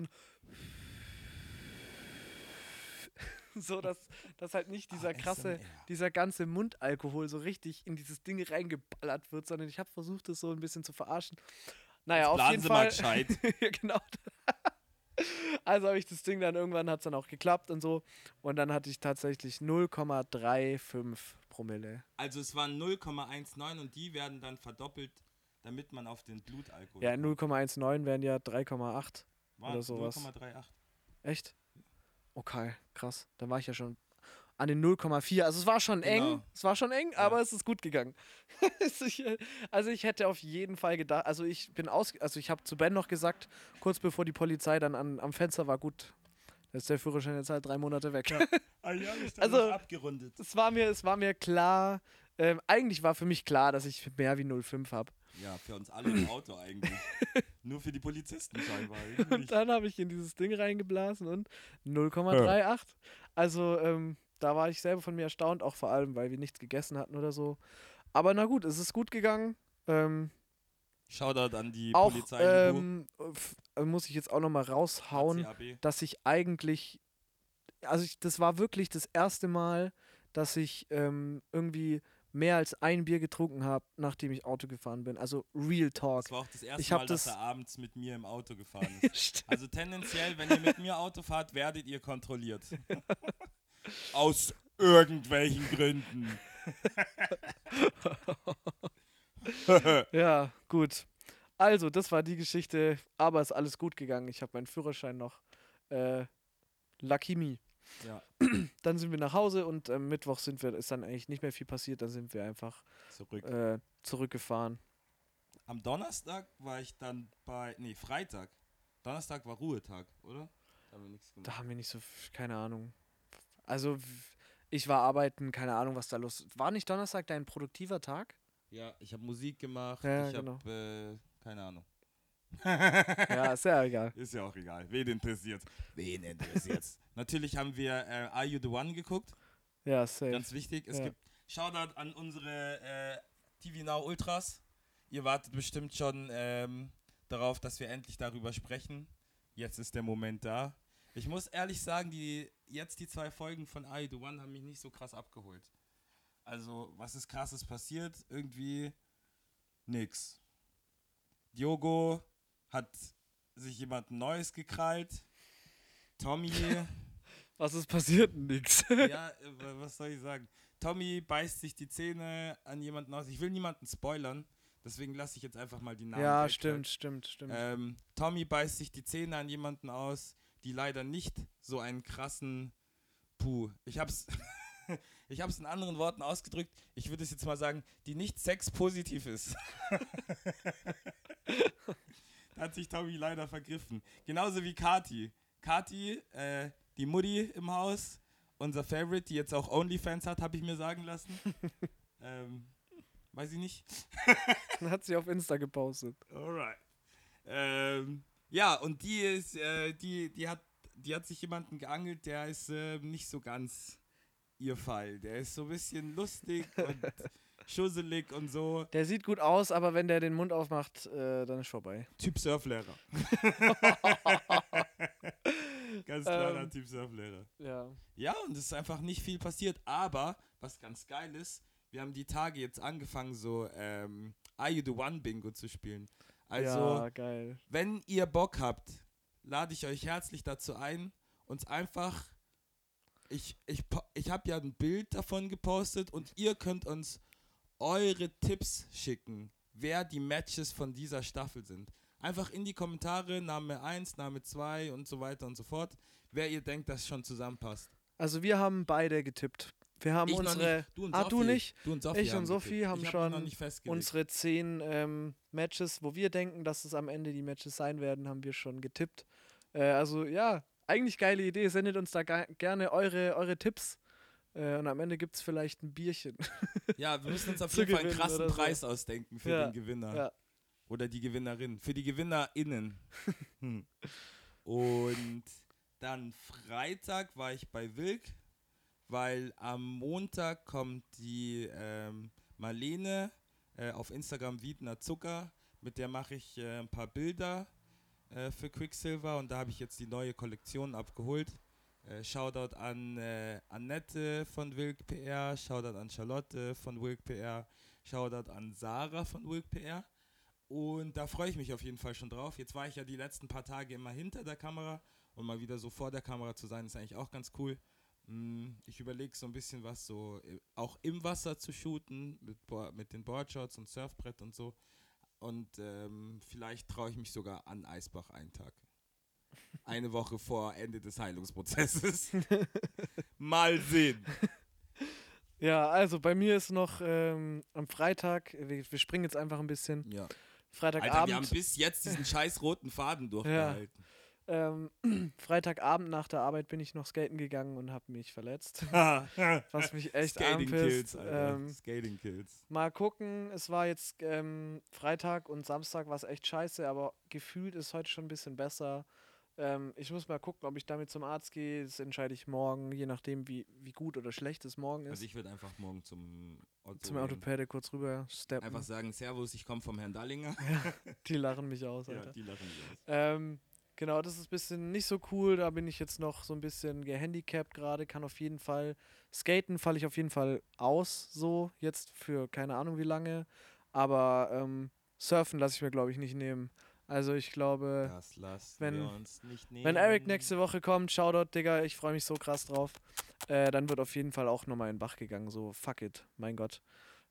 so, dass halt nicht dieser ganze Mundalkohol so richtig in dieses Ding reingeballert wird, sondern ich habe versucht, das so ein bisschen zu verarschen. Naja, auf jeden Fall. Sie mal gescheit. Ja, genau. Also habe ich das Ding dann irgendwann, hat es dann auch geklappt und so. Und dann hatte ich tatsächlich 0,35 Promille. Also es waren 0,19 und die werden dann verdoppelt, damit man auf den Blutalkohol Ja, kommt. 0,19 wären ja 3,8 War oder sowas. 0,38. Echt? Okay, krass. Dann war ich ja schon an den 0,4. Also es war schon eng. Es war schon eng, aber es ist gut gegangen. Also ich hätte auf jeden Fall gedacht, ich habe zu Ben noch gesagt, kurz bevor die Polizei dann am Fenster war, gut, da ist der Führerschein jetzt halt 3 Monate weg. Ja. Ich dann Also, noch abgerundet. Es war mir klar, eigentlich war für mich klar, dass ich mehr wie 0,5 habe. Ja, für uns alle im Auto eigentlich. Nur für die Polizisten scheinbar. Und dann habe ich in dieses Ding reingeblasen und 0,38. Also, da war ich selber von mir erstaunt, auch vor allem, weil wir nichts gegessen hatten oder so. Aber na gut, es ist gut gegangen. Shoutout an die Auch Polizei. muss ich jetzt auch nochmal raushauen, ACAB. dass ich eigentlich, das war wirklich das erste Mal, dass ich irgendwie mehr als ein Bier getrunken habe, nachdem ich Auto gefahren bin. Also Real Talk. Das war auch das erste Mal, dass er abends mit mir im Auto gefahren ist. Also tendenziell, wenn ihr mit mir Auto fahrt, werdet ihr kontrolliert. Aus irgendwelchen Gründen. Ja, gut. Also, das war die Geschichte, aber ist alles gut gegangen. Ich habe meinen Führerschein noch Lucky me. Ja, Dann sind wir nach Hause und Mittwoch ist dann eigentlich nicht mehr viel passiert. Dann sind wir einfach zurück. zurückgefahren. Am Donnerstag war ich dann Freitag. Donnerstag war Ruhetag, oder? Da haben wir nichts gemacht. Da haben wir nicht so, keine Ahnung. Also, ich war arbeiten, keine Ahnung, was da los ist. War nicht Donnerstag dein produktiver Tag? Ja, ich habe Musik gemacht, Ja, ich genau. habe, keine Ahnung. Ja, ist ja egal. Ist ja auch egal. Wen interessiert's? Wen interessiert's? Natürlich haben wir Are You The One geguckt. Ja, safe. Ganz wichtig. Es Ja. gibt Shoutout an unsere TV Now Ultras. Ihr wartet bestimmt schon darauf, dass wir endlich darüber sprechen. Jetzt ist der Moment da. Ich muss ehrlich sagen, die 2 Folgen von Are You The One haben mich nicht so krass abgeholt. Also, was ist krasses passiert? Irgendwie nix. Diogo hat sich jemand Neues gekrallt. Tommy, Was ist passiert? Nix. ja, was soll ich sagen? Tommy beißt sich die Zähne an jemanden aus. Ich will niemanden spoilern, deswegen lasse ich jetzt einfach mal die Namen Ja, weg. stimmt. Tommy beißt sich die Zähne an jemanden aus, die leider nicht so einen krassen ich hab's ich hab's in anderen Worten ausgedrückt. Ich würde es jetzt mal sagen, die nicht sexpositiv ist. Da hat sich Tommy leider vergriffen. Genauso wie Kati. Kati, die Mutti im Haus, unser Favorite, die jetzt auch OnlyFans hat, habe ich mir sagen lassen. Weiß ich nicht. Hat sie auf Insta gepostet. Alright. Ja, und die ist, die hat sich jemanden geangelt, der ist nicht so ganz ihr Fall. Der ist so ein bisschen lustig und schusselig und so. Der sieht gut aus, aber wenn der den Mund aufmacht, dann ist vorbei. Typ Surflehrer. Ganz kleiner Typ Surflehrer. Ja. Ja, und es ist einfach nicht viel passiert. Aber, was ganz geil ist, wir haben die Tage jetzt angefangen, so Are You The One Bingo zu spielen. Also, ja, geil. wenn ihr Bock habt, lade ich euch herzlich dazu ein, uns einfach, ich habe ja ein Bild davon gepostet und ihr könnt uns eure Tipps schicken, wer die Matches von dieser Staffel sind. Einfach in die Kommentare, Name 1, Name 2 und so weiter und so fort, wer ihr denkt, das schon zusammenpasst. Also wir haben beide getippt. Wir haben Ich noch unsere... nicht. Du und Ah, Sophie. du nicht? Du und Sophie Ich und Sophie getippt. haben Ich hab schon mich noch nicht festgelegt. unsere 10 Matches, wo wir denken, dass es am Ende die Matches sein werden, haben wir schon getippt. Also ja, eigentlich geile Idee. Sendet uns da gerne eure Tipps. Und am Ende gibt es vielleicht ein Bierchen. Ja, wir müssen uns auf zu jeden Fall einen gewinnen krassen oder so. Preis ausdenken für Ja, den Gewinner. ja. Oder die Gewinnerin. Für die GewinnerInnen. Und dann Freitag war ich bei Wilk, weil am Montag kommt die Marlene auf Instagram Wiedner Zucker. Mit der mache ich ein paar Bilder für Quicksilver und da habe ich jetzt die neue Kollektion abgeholt. Shoutout an Annette von Wilk PR, Shoutout an Charlotte von Wilk PR, Shoutout an Sarah von Wilk PR. Und da freue ich mich auf jeden Fall schon drauf. Jetzt war ich ja die letzten paar Tage immer hinter der Kamera und mal wieder so vor der Kamera zu sein, ist eigentlich auch ganz cool. Ich überlege so ein bisschen was so auch im Wasser zu shooten, mit den Boardshots und Surfbrett und so. Und vielleicht traue ich mich sogar an Eisbach einen Tag. Eine Woche vor Ende des Heilungsprozesses. Mal sehen. Ja, also bei mir ist noch am Freitag, wir springen jetzt einfach ein bisschen, Ja. Freitagabend. Alter, wir haben bis jetzt diesen scheiß roten Faden durchgehalten. Freitagabend nach der Arbeit bin ich noch skaten gegangen und habe mich verletzt. Was mich echt Skating Kills, anpisst. Alter. Skating Kills. Mal gucken, es war jetzt Freitag und Samstag war es echt scheiße, aber gefühlt ist heute schon ein bisschen besser. Ich muss mal gucken, ob ich damit zum Arzt gehe. Das entscheide ich morgen, je nachdem, wie gut oder schlecht es morgen ist. Also ich würde einfach morgen zum Orthopäde kurz rüber steppen. Einfach sagen, Servus, ich komme vom Herrn Dallinger. Die lachen mich aus, Alter. Ja, die lachen mich aus. Genau, das ist ein bisschen nicht so cool. Da bin ich jetzt noch so ein bisschen gehandicapt gerade. Kann auf jeden Fall skaten, falle ich auf jeden Fall aus, so jetzt für keine Ahnung wie lange. Aber surfen lasse ich mir, glaube ich, nicht nehmen. Also ich glaube, Das lassen wenn- wir uns nicht nehmen. wenn Eric nächste Woche kommt, Shoutout, Digga, ich freue mich so krass drauf. Dann wird auf jeden Fall auch nochmal in den Bach gegangen. So, fuck it, mein Gott.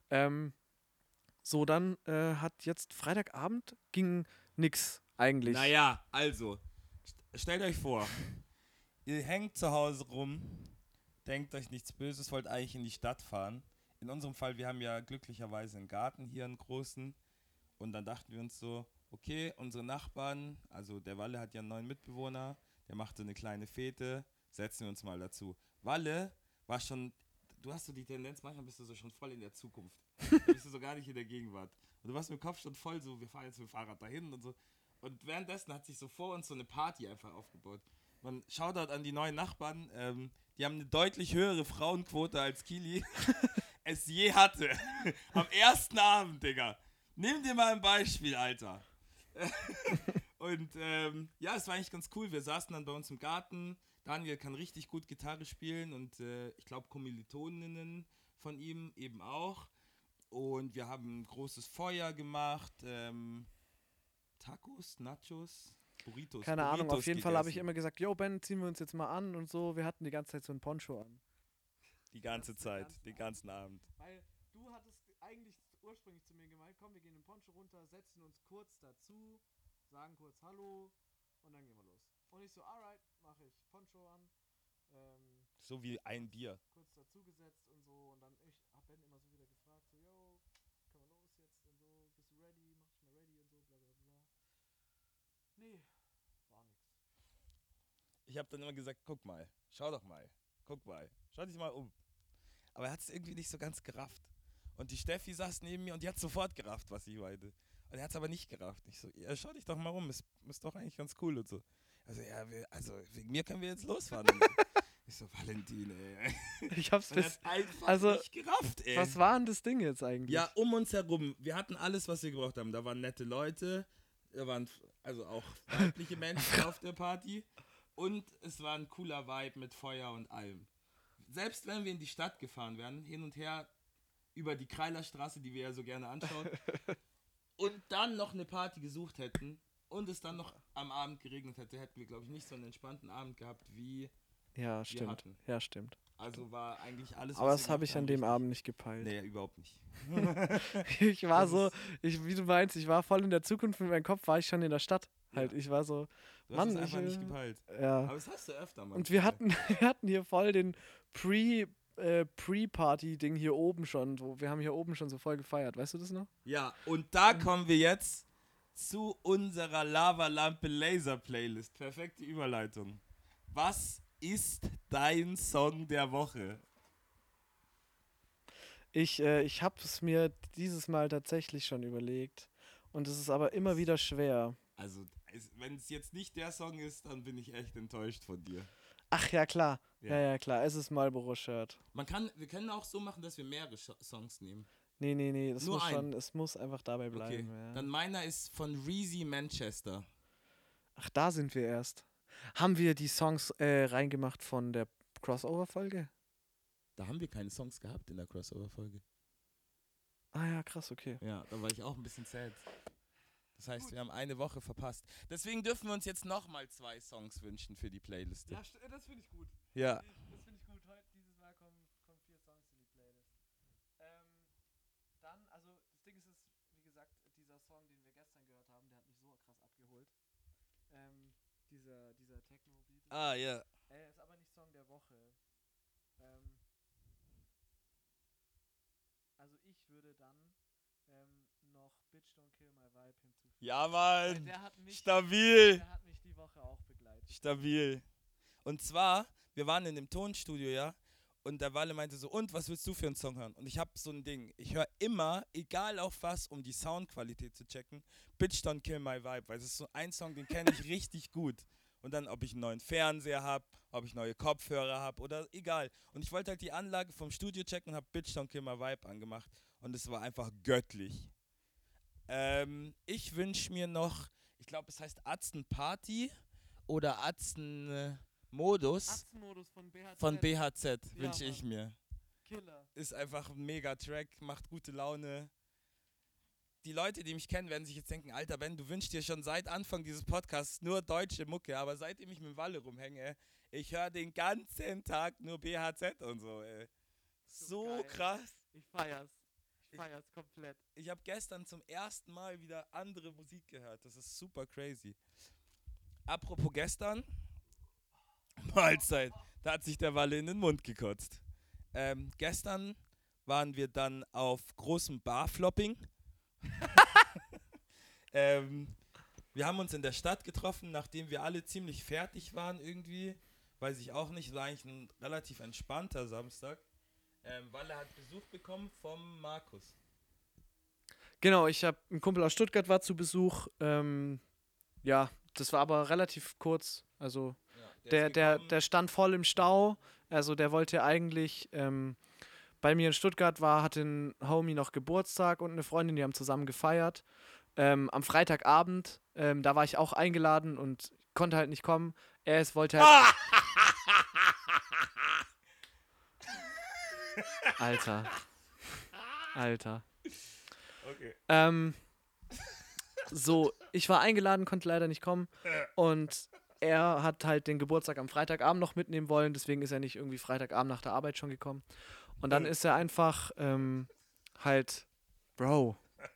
So, dann hat jetzt Freitagabend ging nix eigentlich. Naja, also, stellt euch vor, Ihr hängt zu Hause rum, denkt euch nichts Böses, wollt eigentlich in die Stadt fahren. In unserem Fall, wir haben ja glücklicherweise einen Garten hier, einen großen. Und dann dachten wir uns so, okay, unsere Nachbarn, also der Walle hat ja einen neuen Mitbewohner, der macht so eine kleine Fete, setzen wir uns mal dazu. Walle war schon, du hast so die Tendenz, manchmal bist du so schon voll in der Zukunft. Da bist du so gar nicht in der Gegenwart. Und du warst mit dem Kopf schon voll so, wir fahren jetzt mit dem Fahrrad dahin und so. Und währenddessen hat sich so vor uns so eine Party einfach aufgebaut. Man schaut dort an die neuen Nachbarn, die haben eine deutlich höhere Frauenquote als Kili es je hatte. Am ersten Abend, Digga. Nimm dir mal ein Beispiel, Alter. Und ja, es war eigentlich ganz cool. Wir saßen dann bei uns im Garten. Daniel kann richtig gut Gitarre spielen und ich glaube Kommilitoninnen von ihm eben auch. Und wir haben ein großes Feuer gemacht. Tacos, Nachos, Burritos. Keine Ahnung, auf jeden Fall habe ich gegessen. immer gesagt, yo Ben, ziehen wir uns jetzt mal an und so. Wir hatten die ganze Zeit so ein Poncho an. Die ganze Zeit, den ganzen Abend. Weil du hattest eigentlich ursprünglich zu mir gemeint, komm, wir gehen in Poncho runter, setzen uns kurz dazu, sagen kurz Hallo und dann gehen wir los. Und ich so, alright, mache ich Poncho an, So wie ein Bier. kurz dazugesetzt und so. Und dann hab Ben immer so wieder gefragt, so, yo, können wir los jetzt und so, bist du ready, mach dich mal ready und so, bla bla bla. Nee, war nix. Ich habe dann immer gesagt, guck mal, schau doch mal, guck mal, schau dich mal um. Aber er hat es irgendwie nicht so ganz gerafft. Und die Steffi saß neben mir und die hat sofort gerafft, was ich meinte. Und er hat es aber nicht gerafft. Ich so, ja, schau dich doch mal um, ist doch eigentlich ganz cool und so. Also, ja, wegen mir können wir jetzt losfahren. Ich so, Valentin, ey. Ich hab's Und er bis. hat einfach Also, nicht gerafft, ey. Was war denn das Ding jetzt eigentlich? Ja, um uns herum. Wir hatten alles, was wir gebraucht haben. Da waren nette Leute, da waren also auch weibliche Menschen auf der Party. Und es war ein cooler Vibe mit Feuer und allem. Selbst wenn wir in die Stadt gefahren wären, hin und her über die Kreilerstraße, die wir ja so gerne anschauen, und dann noch eine Party gesucht hätten und es dann noch am Abend geregnet hätte, hätten wir, glaube ich, nicht so einen entspannten Abend gehabt, wie Ja, wir stimmt. hatten. Ja, stimmt. Also war eigentlich alles, Aber was das wir habe ich gemacht an haben, dem richtig. Abend nicht gepeilt. Nee, überhaupt nicht. Ich war Das so, ist- wie du meinst, ich war voll in der Zukunft, mit meinem Kopf war ich schon in der Stadt. Halt, Ja. ich war so, Du hast Mann, es ich, einfach nicht gepeilt. ja. Aber das hast du öfter mal. Und wir hatten hier voll den Pre-Party-Ding hier oben schon. Wir haben hier oben schon so voll gefeiert, weißt du das noch? Ja, und da kommen wir jetzt zu unserer Lavalampe Laser Playlist. Perfekte Überleitung. Was ist dein Song der Woche? Ich habe es mir dieses Mal tatsächlich schon überlegt. Und es ist aber immer wieder schwer. Also, wenn es jetzt nicht der Song ist, dann bin ich echt enttäuscht von dir. Ach ja, klar. Ja. Ja, klar. Es ist Marlboro Shirt. Wir können auch so machen, dass wir mehrere Songs nehmen. Nee, das Nur muss ein. schon, es muss einfach dabei Okay, bleiben. Ja. dann meiner ist von Reezy Manchester. Ach, da sind wir erst. Haben wir die Songs reingemacht von der Crossover-Folge? Da haben wir keine Songs gehabt in der Crossover-Folge. Ah ja, krass, okay. Ja, da war ich auch ein bisschen sad. Das heißt, wir haben eine Woche verpasst. Deswegen dürfen wir uns jetzt nochmal 2 Songs wünschen für die Playlist. Ja, das finde ich gut. Ja. Das finde ich gut. Dieses Mal kommen 4 Songs in die Playlist. Dann, also das Ding ist, wie gesagt, dieser Song, den wir gestern gehört haben, der hat mich so krass abgeholt. Dieser Techno-Beat. Ah, ja. Ist aber nicht Song der Woche. Also ich würde dann noch Bitch Don't Kill My Vibe hinzufügen. Ja, Weil Mann. der hat mich Stabil. die Woche auch begleitet. Stabil. Und zwar, wir waren in dem Tonstudio, ja, und der Walle meinte so, und was willst du für einen Song hören? Und ich habe so ein Ding, ich höre immer, egal auf was, um die Soundqualität zu checken, Bitch Don't Kill My Vibe, weil es ist so ein Song, den kenne ich richtig gut. Und dann, ob ich einen neuen Fernseher habe, ob ich neue Kopfhörer habe oder egal. Und ich wollte halt die Anlage vom Studio checken und habe Bitch Don't Kill My Vibe angemacht. Und es war einfach göttlich. Ich wünsche mir noch, ich glaube, es heißt Atzen Party oder Atzen Modus Atzenmodus von BHZ. von BHZ Ja, wünsche ich Mann. mir. Killer. Ist einfach ein mega Track, macht gute Laune. Die Leute, die mich kennen, werden sich jetzt denken, Alter Ben, du wünschst dir schon seit Anfang dieses Podcasts nur deutsche Mucke, aber seitdem ich mit Walle rumhänge, ich höre den ganzen Tag nur BHZ und so, ey. So geil. krass. Ich feier's. Ich feier's komplett. Ich habe gestern zum ersten Mal wieder andere Musik gehört. Das ist super crazy. Apropos gestern, Mahlzeit. Da hat sich der Walle in den Mund gekotzt. Gestern waren wir dann auf großem Barflopping. ähm, Wir haben uns in der Stadt getroffen, nachdem wir alle ziemlich fertig waren irgendwie. Weiß ich auch nicht, war eigentlich ein relativ entspannter Samstag. Walle hat Besuch bekommen vom Markus. Genau, ich habe ein Kumpel aus Stuttgart war zu Besuch. Ja, das war aber relativ kurz. Also Ja, der ist der gekommen. stand voll im Stau. Also der wollte eigentlich bei mir in Stuttgart hatte ein Homie noch Geburtstag und eine Freundin, die haben zusammen gefeiert. Am Freitagabend, da war ich auch eingeladen und konnte halt nicht kommen. Wollte halt. Ah! Alter, Alter. Okay. So, ich war eingeladen, konnte leider nicht kommen. Und er hat halt den Geburtstag am Freitagabend noch mitnehmen wollen, deswegen ist er nicht irgendwie Freitagabend nach der Arbeit schon gekommen. Und dann ist er einfach halt, Bro.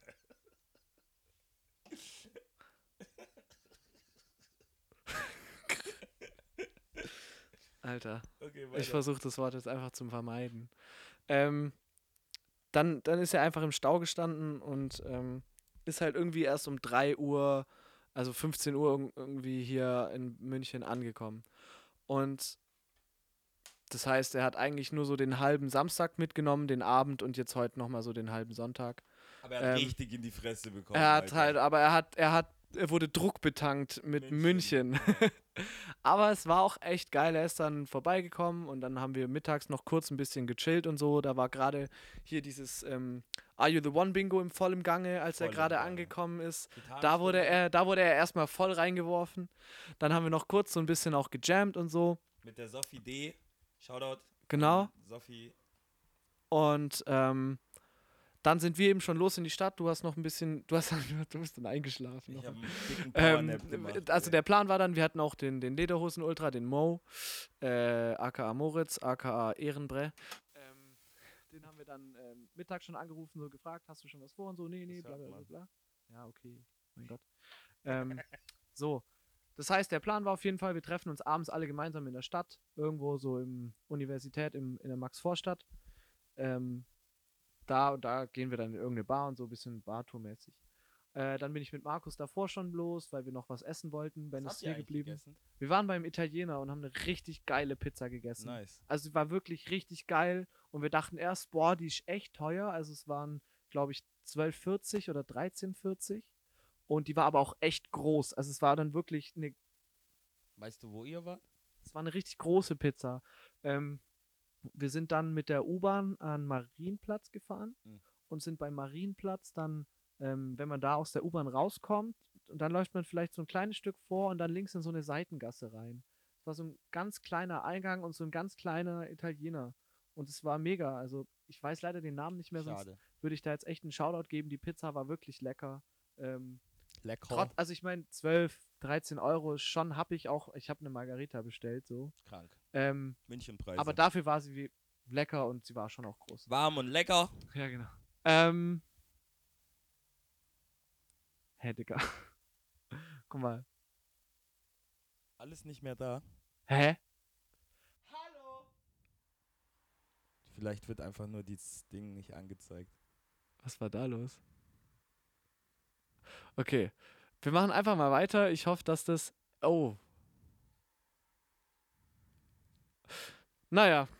Alter, Okay, ich weiter. versuche das Wort jetzt einfach zu vermeiden. Ähm, dann ist er einfach im Stau gestanden und ist halt irgendwie erst um 3 Uhr, also 15 Uhr irgendwie hier in München angekommen. Und das heißt, er hat eigentlich nur so den halben Samstag mitgenommen, den Abend und jetzt heute nochmal so den halben Sonntag. Aber er hat Ähm, richtig in die Fresse bekommen, er hat Alter. halt, aber er wurde druckbetankt mit München. Ja. Aber es war auch echt geil. Er ist dann vorbeigekommen und dann haben wir mittags noch kurz ein bisschen gechillt und so. Da war gerade hier dieses Are You the One Bingo im vollen Gange, als er Voll im gerade Gange. angekommen ist. Gitarrenstunde Da wurde er erstmal voll reingeworfen. Dann haben wir noch kurz so ein bisschen auch gejammt und so. mit der Sophie D. Shoutout Genau. an Sophie. Und dann sind wir eben schon los in die Stadt. Du hast noch ein bisschen, du bist dann eingeschlafen. Ich habe einen dicken Powernap Ähm, gemacht. also ey. der Plan war dann, wir hatten auch den Lederhosen Ultra, den Mo, aka Moritz, aka Ehrenbre. Den haben wir dann mittags schon angerufen, so gefragt, hast du schon was vor und so, nee, Das bla hört bla bla man. bla. Ja, okay, mein Gott. So, das heißt, der Plan war auf jeden Fall, wir treffen uns abends alle gemeinsam in der Stadt, irgendwo so im Universität, in der Max-Vorstadt. Ähm, da gehen wir dann in irgendeine Bar und so ein bisschen Bartour-mäßig. Dann bin ich mit Markus davor schon los, weil wir noch was essen wollten. Ben Was ist habt ihr hier eigentlich geblieben. gegessen? Wir waren beim Italiener und haben eine richtig geile Pizza gegessen. Nice. Also sie war wirklich richtig geil und wir dachten erst, boah, die ist echt teuer. Also es waren, glaube ich, 12,40 oder 13,40 und die war aber auch echt groß. Also es war dann wirklich Weißt du, wo ihr wart? es war eine richtig große Pizza. Ähm, Wir sind dann mit der U-Bahn an Marienplatz gefahren Mhm. und sind beim Marienplatz dann, wenn man da aus der U-Bahn rauskommt, und dann läuft man vielleicht so ein kleines Stück vor und dann links in so eine Seitengasse rein. Es war so ein ganz kleiner Eingang und so ein ganz kleiner Italiener. Und es war mega. Also ich weiß leider den Namen nicht mehr, sonst Schade. würde ich da jetzt echt einen Shoutout geben. Die Pizza war wirklich lecker. Ähm, Lecker. also ich meine, 12, 13 Euro ist schon happig auch. Ich habe eine Margarita bestellt, so. Krank. Ähm, Münchenpreise. aber dafür war sie lecker und sie war schon auch groß. Warm und lecker. Ja, genau. Hä, Digga. Guck mal. Alles nicht mehr da. Hä? Vielleicht wird einfach nur dieses Ding nicht angezeigt. Was war da los? Okay. Wir machen einfach mal weiter. Ich hoffe, dass das. Oh. Naja,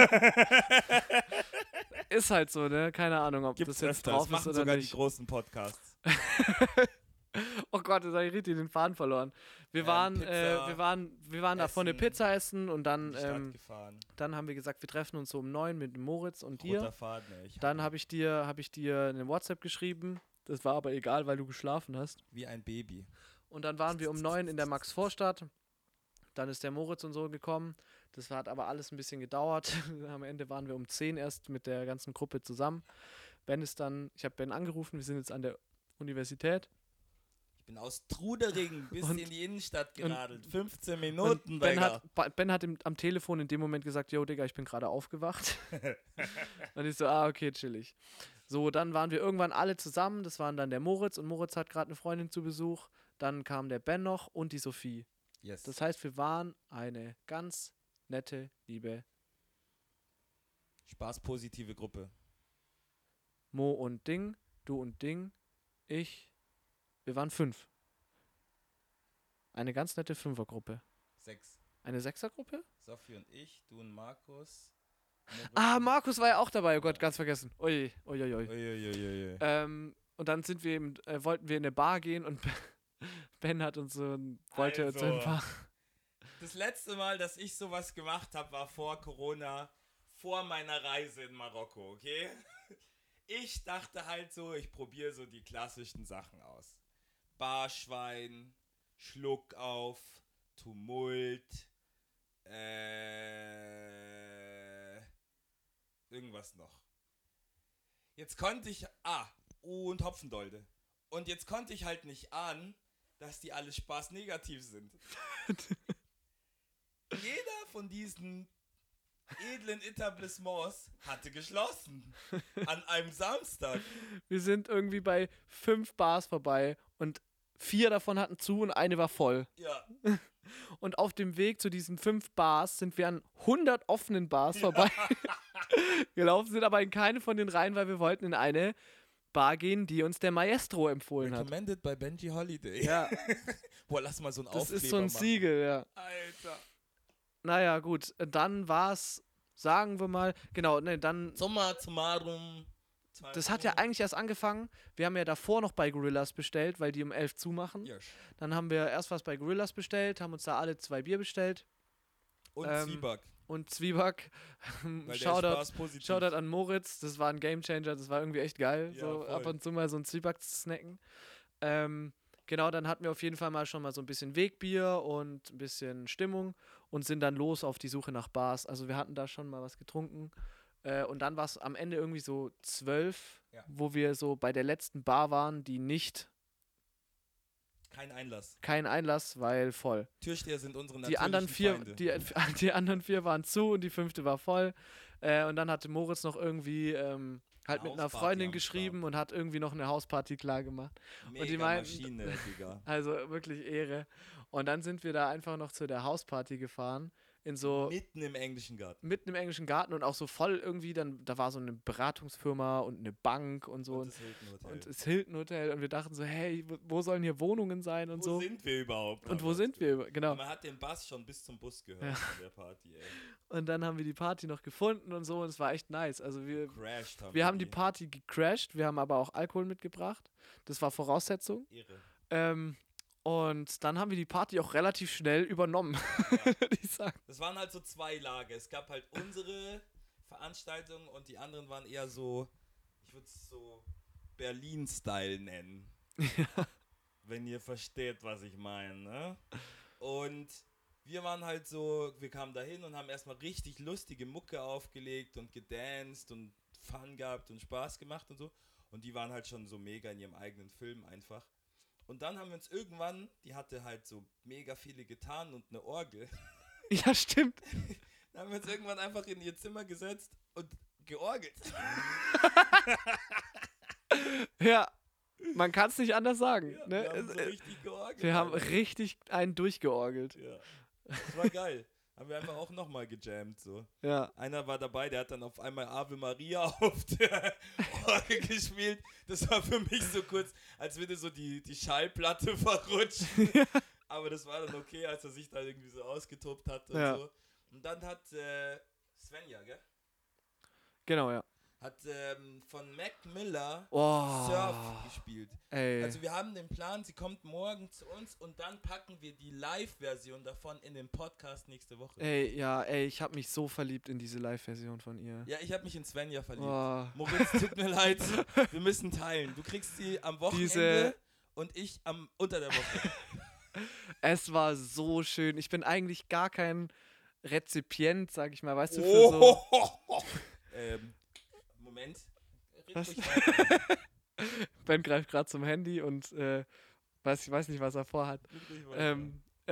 ist halt so, ne? Keine Ahnung, ob Gibt's das jetzt öfter. drauf Das ist machen oder sogar die nicht. großen Podcasts. Oh Gott, jetzt habe ich richtig den Faden verloren. Wir waren Pizza davon eine essen, Pizza essen und in dann, die Stadt gefahren. dann haben wir gesagt, wir treffen uns so um 9 mit Moritz und dir. Roter Faden, ey. Dann habe ich dir eine WhatsApp geschrieben. Das war aber egal, weil du geschlafen hast. Wie ein Baby. Und dann waren wir um 9 in der Max-Vorstadt. Dann ist der Moritz und so gekommen. Das hat aber alles ein bisschen gedauert. Am Ende waren wir um 10 erst mit der ganzen Gruppe zusammen. Ich habe Ben angerufen, wir sind jetzt an der Universität. Ich bin aus Trudering bis Und- in die Innenstadt und- geradelt. 15 Minuten, Und Ben Digga. hat am Telefon in dem Moment gesagt, yo Digga, ich bin gerade aufgewacht. Und ich so, okay, chillig. So, dann waren wir irgendwann alle zusammen. Das waren dann der Moritz und Moritz hat gerade eine Freundin zu Besuch. Dann kam der Ben noch und die Sophie. Yes. Das heißt, wir waren eine ganz nette, liebe Spaßpositive Gruppe. Mo und Ding, du und Ding, ich. Wir waren 5. Eine ganz nette 5er-Gruppe. 6. Eine 6er-Gruppe? Sophie und ich, du und Markus. Ah, Markus war ja auch dabei. Oh Gott, ganz vergessen. Ui, ui, ui, ui. Uiuiuiui. Und dann sind wir eben, wollten wir in eine Bar gehen und Ben hat uns so wollte uns Also, ein paar. Das letzte Mal, dass ich sowas gemacht habe, war vor Corona, vor meiner Reise in Marokko, okay? Ich dachte halt so, ich probiere so die klassischen Sachen aus. Barschwein, Schluck auf, Tumult, irgendwas noch. Jetzt konnte ich, und Hopfendolde. Und jetzt konnte ich halt nicht ahnen, dass die alle Spaß negativ sind. Jeder von diesen edlen Etablissements hatte geschlossen. An einem Samstag. Wir sind irgendwie bei 5 Bars vorbei und 4 davon hatten zu und eine war voll. Ja. Und auf dem Weg zu diesen 5 Bars sind wir an 100 offenen Bars vorbei gelaufen, sind aber in keine von den rein, weil wir wollten in eine Bar gehen, die uns der Maestro empfohlen hat. Recommended by Benji Holiday. Ja, Boah, lass mal so ein das Aufkleber ist so ein machen. Siegel, ja. Alter. Naja, gut, dann war's, sagen wir mal, genau, ne, dann, Summa summarum. das hat ja eigentlich erst angefangen, wir haben ja davor noch bei Gorillas bestellt, weil die um 11 zumachen. Yes. Dann haben wir erst was bei Gorillas bestellt, haben uns da alle 2 Bier bestellt Und Zwieback. und Zwieback. Weil der Shoutout, Spaß positiv. Shoutout an Moritz, das war ein Gamechanger, das war irgendwie echt geil, Ja, so voll. ab und zu mal so ein Zwieback zu snacken. Genau, dann hatten wir auf jeden Fall mal schon mal so ein bisschen Wegbier und ein bisschen Stimmung und sind dann los auf die Suche nach Bars. Also wir hatten da schon mal was getrunken. Und dann war es am Ende irgendwie so 12, Ja. wo wir so bei der letzten Bar waren, die nicht, Kein Einlass. kein Einlass, weil voll. Türsteher sind unsere Die natürlichen anderen 4, Feinde. die anderen 4 waren zu und die 5. war voll. Und dann hatte Moritz noch irgendwie halt mit einer Hausparty Freundin am geschrieben Start. und hat irgendwie noch eine Hausparty klar gemacht. Mega die meinten- Maschine, Digga. Also wirklich Ehre. Und dann sind wir da einfach noch zu der Hausparty gefahren. In so Mitten im englischen Garten. mitten im englischen Garten und auch so voll irgendwie, dann, da war so eine Beratungsfirma und eine Bank und so. Und das Hilton Hotel. Und das Hilton Hotel. Und wir dachten so, hey, wo sollen hier Wohnungen sein und Wo so. sind wir überhaupt? Und wo sind wir? Genau. Man hat den Bass schon bis zum Bus gehört Ja. an der Party, ey. Und dann haben wir die Party noch gefunden und so und es war echt nice. Also wir Crashed haben die Party gecrashed, wir haben aber auch Alkohol mitgebracht. Das war Voraussetzung. Ehre. Und dann haben wir die Party auch relativ schnell übernommen, würde ich sagen. Das waren halt so 2 Lager. Es gab halt unsere Veranstaltung und die anderen waren eher so, ich würde es so Berlin-Style nennen. Wenn ihr versteht, was ich meine, ne? Und wir waren halt so, wir kamen da hin und haben erstmal richtig lustige Mucke aufgelegt und gedanced und Fun gehabt und Spaß gemacht und so. Und die waren halt schon so mega in ihrem eigenen Film einfach. Und dann haben wir uns irgendwann, die hatte halt so mega viele Gitarren und eine Orgel. Ja, stimmt. Dann haben wir uns irgendwann einfach in ihr Zimmer gesetzt und georgelt. Ja, man kann es nicht anders sagen. Ja, Ne? wir haben so richtig georgelt. Wir haben Alter. richtig einen durchgeorgelt. Ja. Das war geil. Haben wir einfach auch nochmal gejammt, so. Ja. Einer war dabei, der hat dann auf einmal Ave Maria auf der Orgel gespielt. Das war für mich so kurz, als würde so die Schallplatte verrutschen. Aber das war dann okay, als er sich da irgendwie so ausgetobt hat und Ja. so. Und dann hat Svenja, gell? Genau, ja. Hat von Mac Miller Oh, Surf gespielt. ey. Also wir haben den Plan, sie kommt morgen zu uns und dann packen wir die Live-Version davon in den Podcast nächste Woche. Ey, ja, ey, ich habe mich so verliebt in diese Live-Version von ihr. Ja, ich habe mich in Svenja verliebt. Oh. Moritz, tut mir leid, wir müssen teilen. Du kriegst sie am Wochenende Diese- und ich unter der Woche. Es war so schön. Ich bin eigentlich gar kein Rezipient, sag ich mal, weißt du, für so. Moment. Red Was? ruhig weiter. Ben greift gerade zum Handy und ich weiß nicht, was er vorhat. Red ruhig weiter.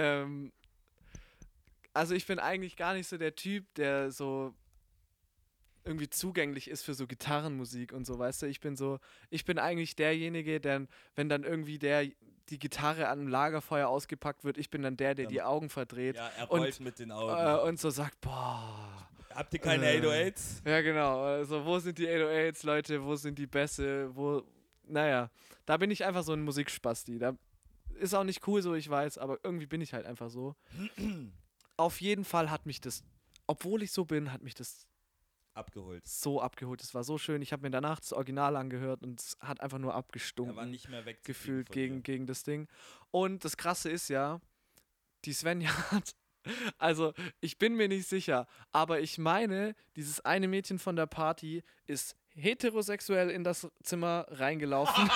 Also ich bin eigentlich gar nicht so der Typ, der so irgendwie zugänglich ist für so Gitarrenmusik und so, weißt du? Ich bin eigentlich derjenige, der, wenn dann irgendwie die Gitarre an einem Lagerfeuer ausgepackt wird, ich bin dann der Dann, die Augen verdreht ja, er rollt mit den Augen. und so sagt, boah. Habt ihr keine 808s? Ja, genau. Also, wo sind die 808s, Leute? Wo sind die Bässe? Naja, da bin ich einfach so ein Musikspasti. Da ist auch nicht cool so, ich weiß, aber irgendwie bin ich halt einfach so. Auf jeden Fall hat mich das, obwohl ich so bin, hat mich das Abgeholt. so abgeholt. Es war so schön. Ich habe mir danach das Original angehört und es hat einfach nur Er war abgestunken nicht mehr wegzukriegen gefühlt von dir. gegen das Ding. Und das Krasse ist ja, die Svenja hat, also ich bin mir nicht sicher, aber ich meine, dieses eine Mädchen von der Party ist heterosexuell in das Zimmer reingelaufen,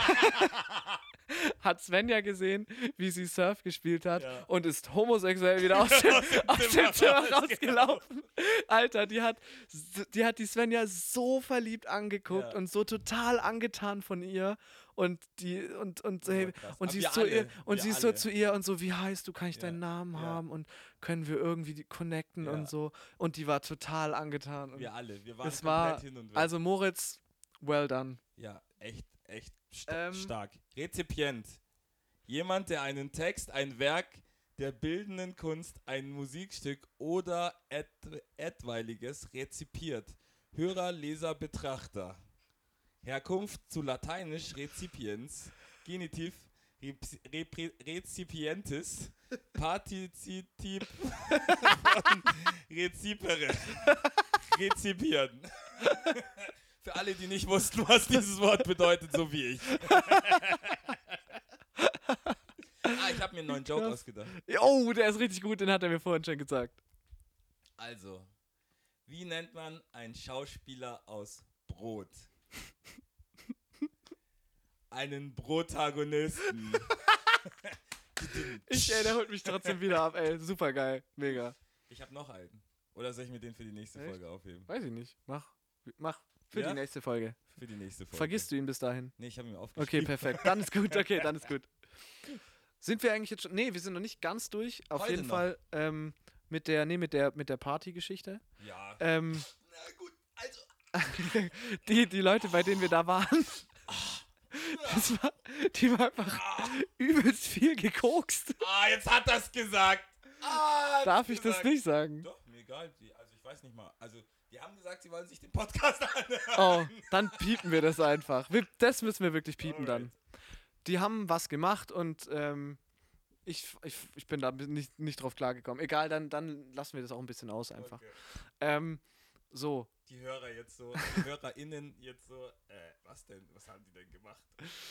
hat Svenja gesehen, wie sie Surf gespielt hat Ja. und ist homosexuell wieder aus dem Zimmer rausgelaufen. Alter, die hat die Svenja so verliebt angeguckt Ja. und so total angetan von ihr und Das war hey, krass. und Aber sie wir ist zu alle, ihr und wir sie ist so alle. zu ihr und so, wie heißt du, kann ich Ja, deinen Namen ja. haben und können wir irgendwie connecten Ja. und so und die war total angetan und Wir alle. Wir waren es komplett war hin und weg. also Moritz, well done. Ja, echt Ähm, stark. Rezipient. Jemand, der einen Text, ein Werk der bildenden Kunst, ein Musikstück oder etwaiges rezipiert. Hörer, Leser, Betrachter. Herkunft zu lateinisch Rezipiens, Genitiv Rezipientis, Partizip von Rezipere, Rezipieren. Für alle, die nicht wussten, was dieses Wort bedeutet, so wie ich. Ich habe mir einen neuen Joke Krass. ausgedacht. Oh, der ist richtig gut, den hat er mir vorhin schon gesagt. Also, wie nennt man einen Schauspieler aus Brot? Einen Protagonisten. Der holt mich trotzdem wieder ab, ey. Super geil. Mega. Ich habe noch einen. Oder soll ich mir den für die nächste Echt? Folge aufheben? Weiß ich nicht. Mach. Für Ja? die nächste Folge. Für die nächste Folge. Vergisst du ihn bis dahin? Nee, ich habe ihn mir Okay, aufgeschrieben. perfekt. Dann ist gut. Okay, dann ist gut. Sind wir eigentlich jetzt schon. Nee, wir sind noch nicht ganz durch. Auf Heute jeden noch. Fall mit der Partygeschichte. Ja. Na Na gut, also. die Leute, bei denen wir da waren, die waren einfach übelst viel gekokst. Jetzt hat er's gesagt. Darf ich das nicht sagen? Doch, mir egal. Also ich weiß nicht mal. Also die haben gesagt, sie wollen sich den Podcast anhören. Oh, dann piepen wir das einfach. Das müssen wir wirklich piepen dann. Die haben was gemacht und ich bin da nicht drauf klargekommen. Egal, dann lassen wir das auch ein bisschen aus einfach. Okay. So. Die Hörer jetzt so, die HörerInnen jetzt so, was denn? Was haben die denn gemacht?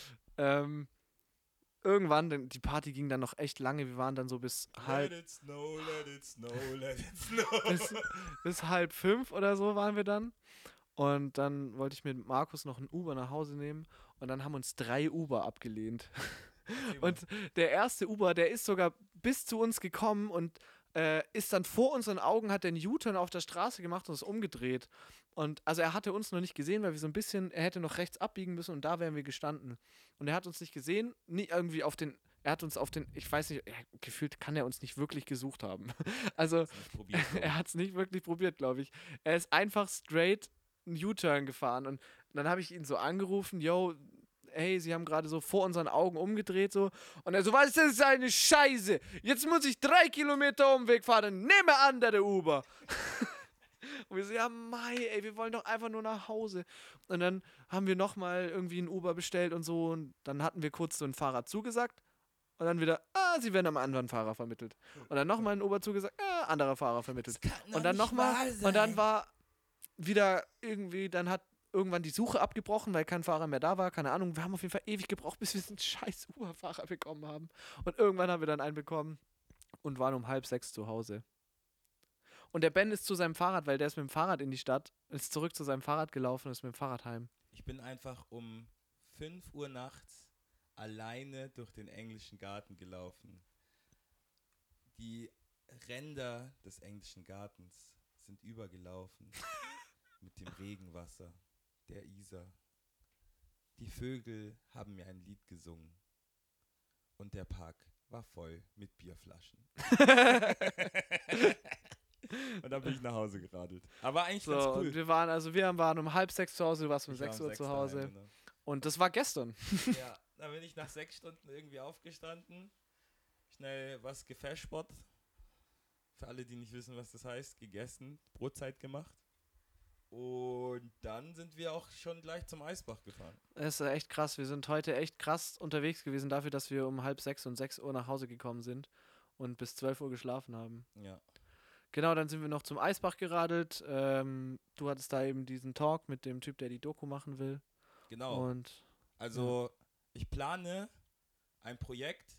Irgendwann, denn die Party ging dann noch echt lange. Wir waren dann so bis Let it snow, let it snow, let it snow. bis 4:30 oder so waren wir dann. Und dann wollte ich mit Markus noch ein Uber nach Hause nehmen. Und dann haben uns 3 Uber abgelehnt. Und der erste Uber, der ist sogar bis zu uns gekommen und ist dann vor unseren Augen, hat den U-Turn auf der Straße gemacht und ist umgedreht. Und also er hatte uns noch nicht gesehen, weil wir so ein bisschen, er hätte noch rechts abbiegen müssen und da wären wir gestanden. Und er hat uns nicht gesehen, nie irgendwie er hat uns auf den, ich weiß nicht, gefühlt kann er uns nicht wirklich gesucht haben. Also er hat es nicht wirklich probiert, glaube ich. Er ist einfach straight einen U-Turn gefahren und dann habe ich ihn so angerufen, yo, hey, sie haben gerade so vor unseren Augen umgedreht so und er so, was ist das eine Scheiße? Jetzt muss ich 3 Kilometer Umweg fahren, nehme andere Uber. Und wir so, ja Mai, ey, wir wollen doch einfach nur nach Hause. Und dann haben wir nochmal irgendwie ein Uber bestellt und so und dann hatten wir kurz so ein Fahrrad zugesagt und dann wieder, sie werden am anderen Fahrer vermittelt. Und dann nochmal ein Uber zugesagt, anderer Fahrer vermittelt. Und dann nochmal und dann war wieder irgendwie, dann hat irgendwann die Suche abgebrochen, weil kein Fahrer mehr da war, keine Ahnung. Wir haben auf jeden Fall ewig gebraucht, bis wir einen scheiß Uber-Fahrer bekommen haben. Und irgendwann haben wir dann einen bekommen und waren um 5:30 zu Hause. Und der Ben ist zu seinem Fahrrad, weil der ist mit dem Fahrrad in die Stadt, ist zurück zu seinem Fahrrad gelaufen und ist mit dem Fahrrad heim. Ich bin einfach um 5 Uhr nachts alleine durch den englischen Garten gelaufen. Die Ränder des englischen Gartens sind übergelaufen mit dem Regenwasser der Isar. Die Vögel haben mir ein Lied gesungen und der Park war voll mit Bierflaschen. Und dann bin ich nach Hause geradelt. Aber eigentlich So, ganz cool. und wir waren um 5:30 zu Hause, du warst um Ich war 6 um Uhr zu 6 Hause. daheim, genau. Und das war gestern. Ja, dann bin ich nach 6 Stunden irgendwie aufgestanden, schnell was gefashbot. Für alle, die nicht wissen, was das heißt, gegessen, Brotzeit gemacht. Und dann sind wir auch schon gleich zum Eisbach gefahren. Das ist echt krass. Wir sind heute echt krass unterwegs gewesen dafür, dass wir um 5:30 und 6 Uhr nach Hause gekommen sind und bis 12 Uhr geschlafen haben. Ja. Genau, dann sind wir noch zum Eisbach geradelt. Du hattest da eben diesen Talk mit dem Typ, der die Doku machen will. Genau. Und Also, ich plane ein Projekt.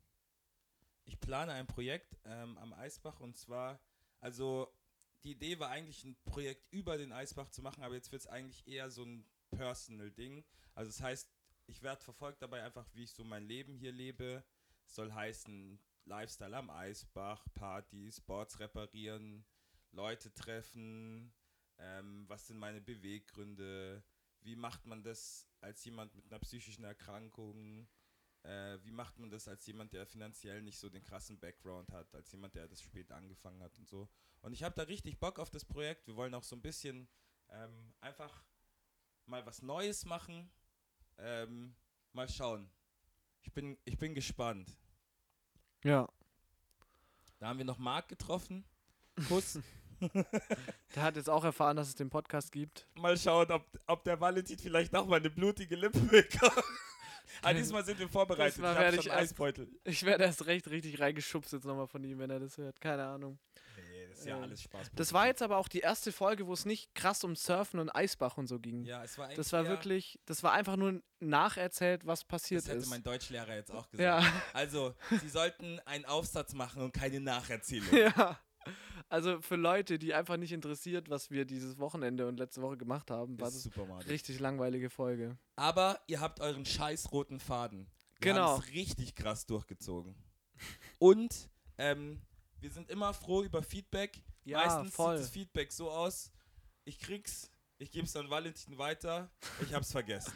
Am Eisbach, und zwar, also die Idee war eigentlich ein Projekt über den Eisbach zu machen, aber jetzt wird es eigentlich eher so ein Personal-Ding. Also das heißt, ich werde verfolgt dabei einfach, wie ich so mein Leben hier lebe. Es soll heißen Lifestyle am Eisbach, Partys, Boards reparieren, Leute treffen, was sind meine Beweggründe, wie macht man das als jemand mit einer psychischen Erkrankung, wie macht man das als jemand, der finanziell nicht so den krassen Background hat, als jemand, der das spät angefangen hat und so. Und ich habe da richtig Bock auf das Projekt. Wir wollen auch so ein bisschen einfach mal was Neues machen. Mal schauen. Ich bin gespannt. ja, Da haben wir noch Marc getroffen. Kuss. der hat jetzt auch erfahren, dass es den Podcast gibt. Mal schauen, ob der Valentin vielleicht noch mal eine blutige Lippe bekommt. Diesmal sind wir vorbereitet. Diesmal Ich habe werde schon ich einen Eisbeutel. Ich werde erst richtig reingeschubst jetzt nochmal von ihm, wenn er das hört. Keine Ahnung. Nee, das ist ja alles Spaß. Das war jetzt aber auch die erste Folge, wo es nicht krass um Surfen und Eisbach und so ging. Ja, es war eigentlich Das war wirklich, das war einfach nur nacherzählt, was passiert ist. Das hätte mein Deutschlehrer jetzt auch gesagt. Ja. Also, Sie sollten einen Aufsatz machen und keine Nacherzählung. Ja. Also für Leute, die einfach nicht interessiert, was wir dieses Wochenende und letzte Woche gemacht haben, war Das ist das super madig. richtig langweilige Folge. Aber ihr habt euren scheiß roten Faden. Wir Genau. haben es richtig krass durchgezogen. Und wir sind immer froh über Feedback. Ja, Meistens voll. sieht das Feedback so aus, ich krieg's, ich gebe es an Valentin weiter, ich hab's vergessen.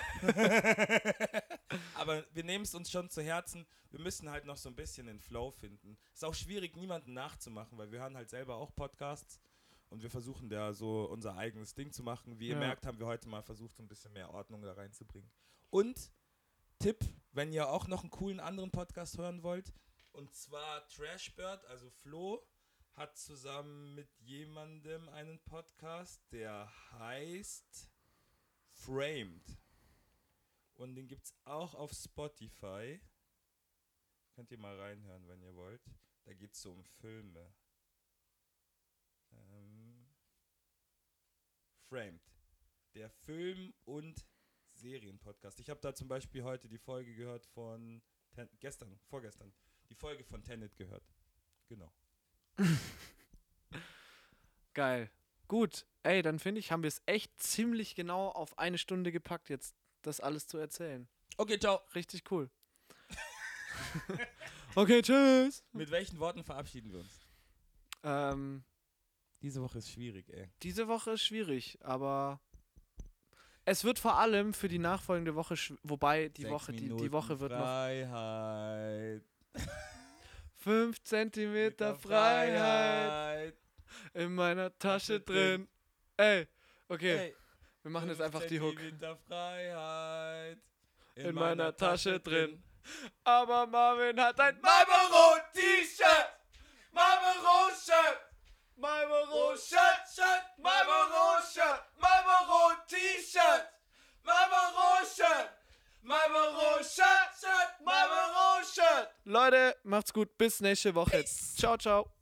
Aber wir nehmen es uns schon zu Herzen. Wir müssen halt noch so ein bisschen den Flow finden. Ist auch schwierig, niemanden nachzumachen, weil wir hören halt selber auch Podcasts und wir versuchen da so unser eigenes Ding zu machen. Wie ihr merkt, haben wir heute mal versucht, so ein bisschen mehr Ordnung da reinzubringen. Und Tipp, wenn ihr auch noch einen coolen anderen Podcast hören wollt, und zwar Trashbird, also Flo, hat zusammen mit jemandem einen Podcast, der heißt Framed. Und den gibt es auch auf Spotify. Könnt ihr mal reinhören, wenn ihr wollt. Da geht es so um Filme. Framed. Der Film- und Serienpodcast. Ich habe da zum Beispiel heute die Folge gehört von vorgestern, die Folge von Tenet gehört. Genau. Geil. Gut. Ey, dann finde ich, haben wir es echt ziemlich genau auf 1 Stunde gepackt, jetzt das alles zu erzählen. Okay, ciao. Richtig cool. Okay, tschüss. Mit welchen Worten verabschieden wir uns? Diese Woche ist schwierig, ey. Diese Woche ist schwierig, aber es wird vor allem für die nachfolgende Woche, wobei die 6 Woche, die Minuten Woche wird Freiheit. noch 5 Zentimeter Freiheit in meiner Tasche drin. Ey, okay, Hey, wir machen jetzt einfach die Hook. 5 Zentimeter Freiheit In meiner Tasche drin. Aber Marvin hat ein Marlboro-T-Shirt! Marlboro-Shirt! Marlboro-Shirt! Marlboro-Shirt! Marlboro-T-Shirt! Marlboro-Shirt! Marlboro-Shirt! Marlboro-Shirt! Leute, macht's gut. Bis nächste Woche. Ciao, ciao.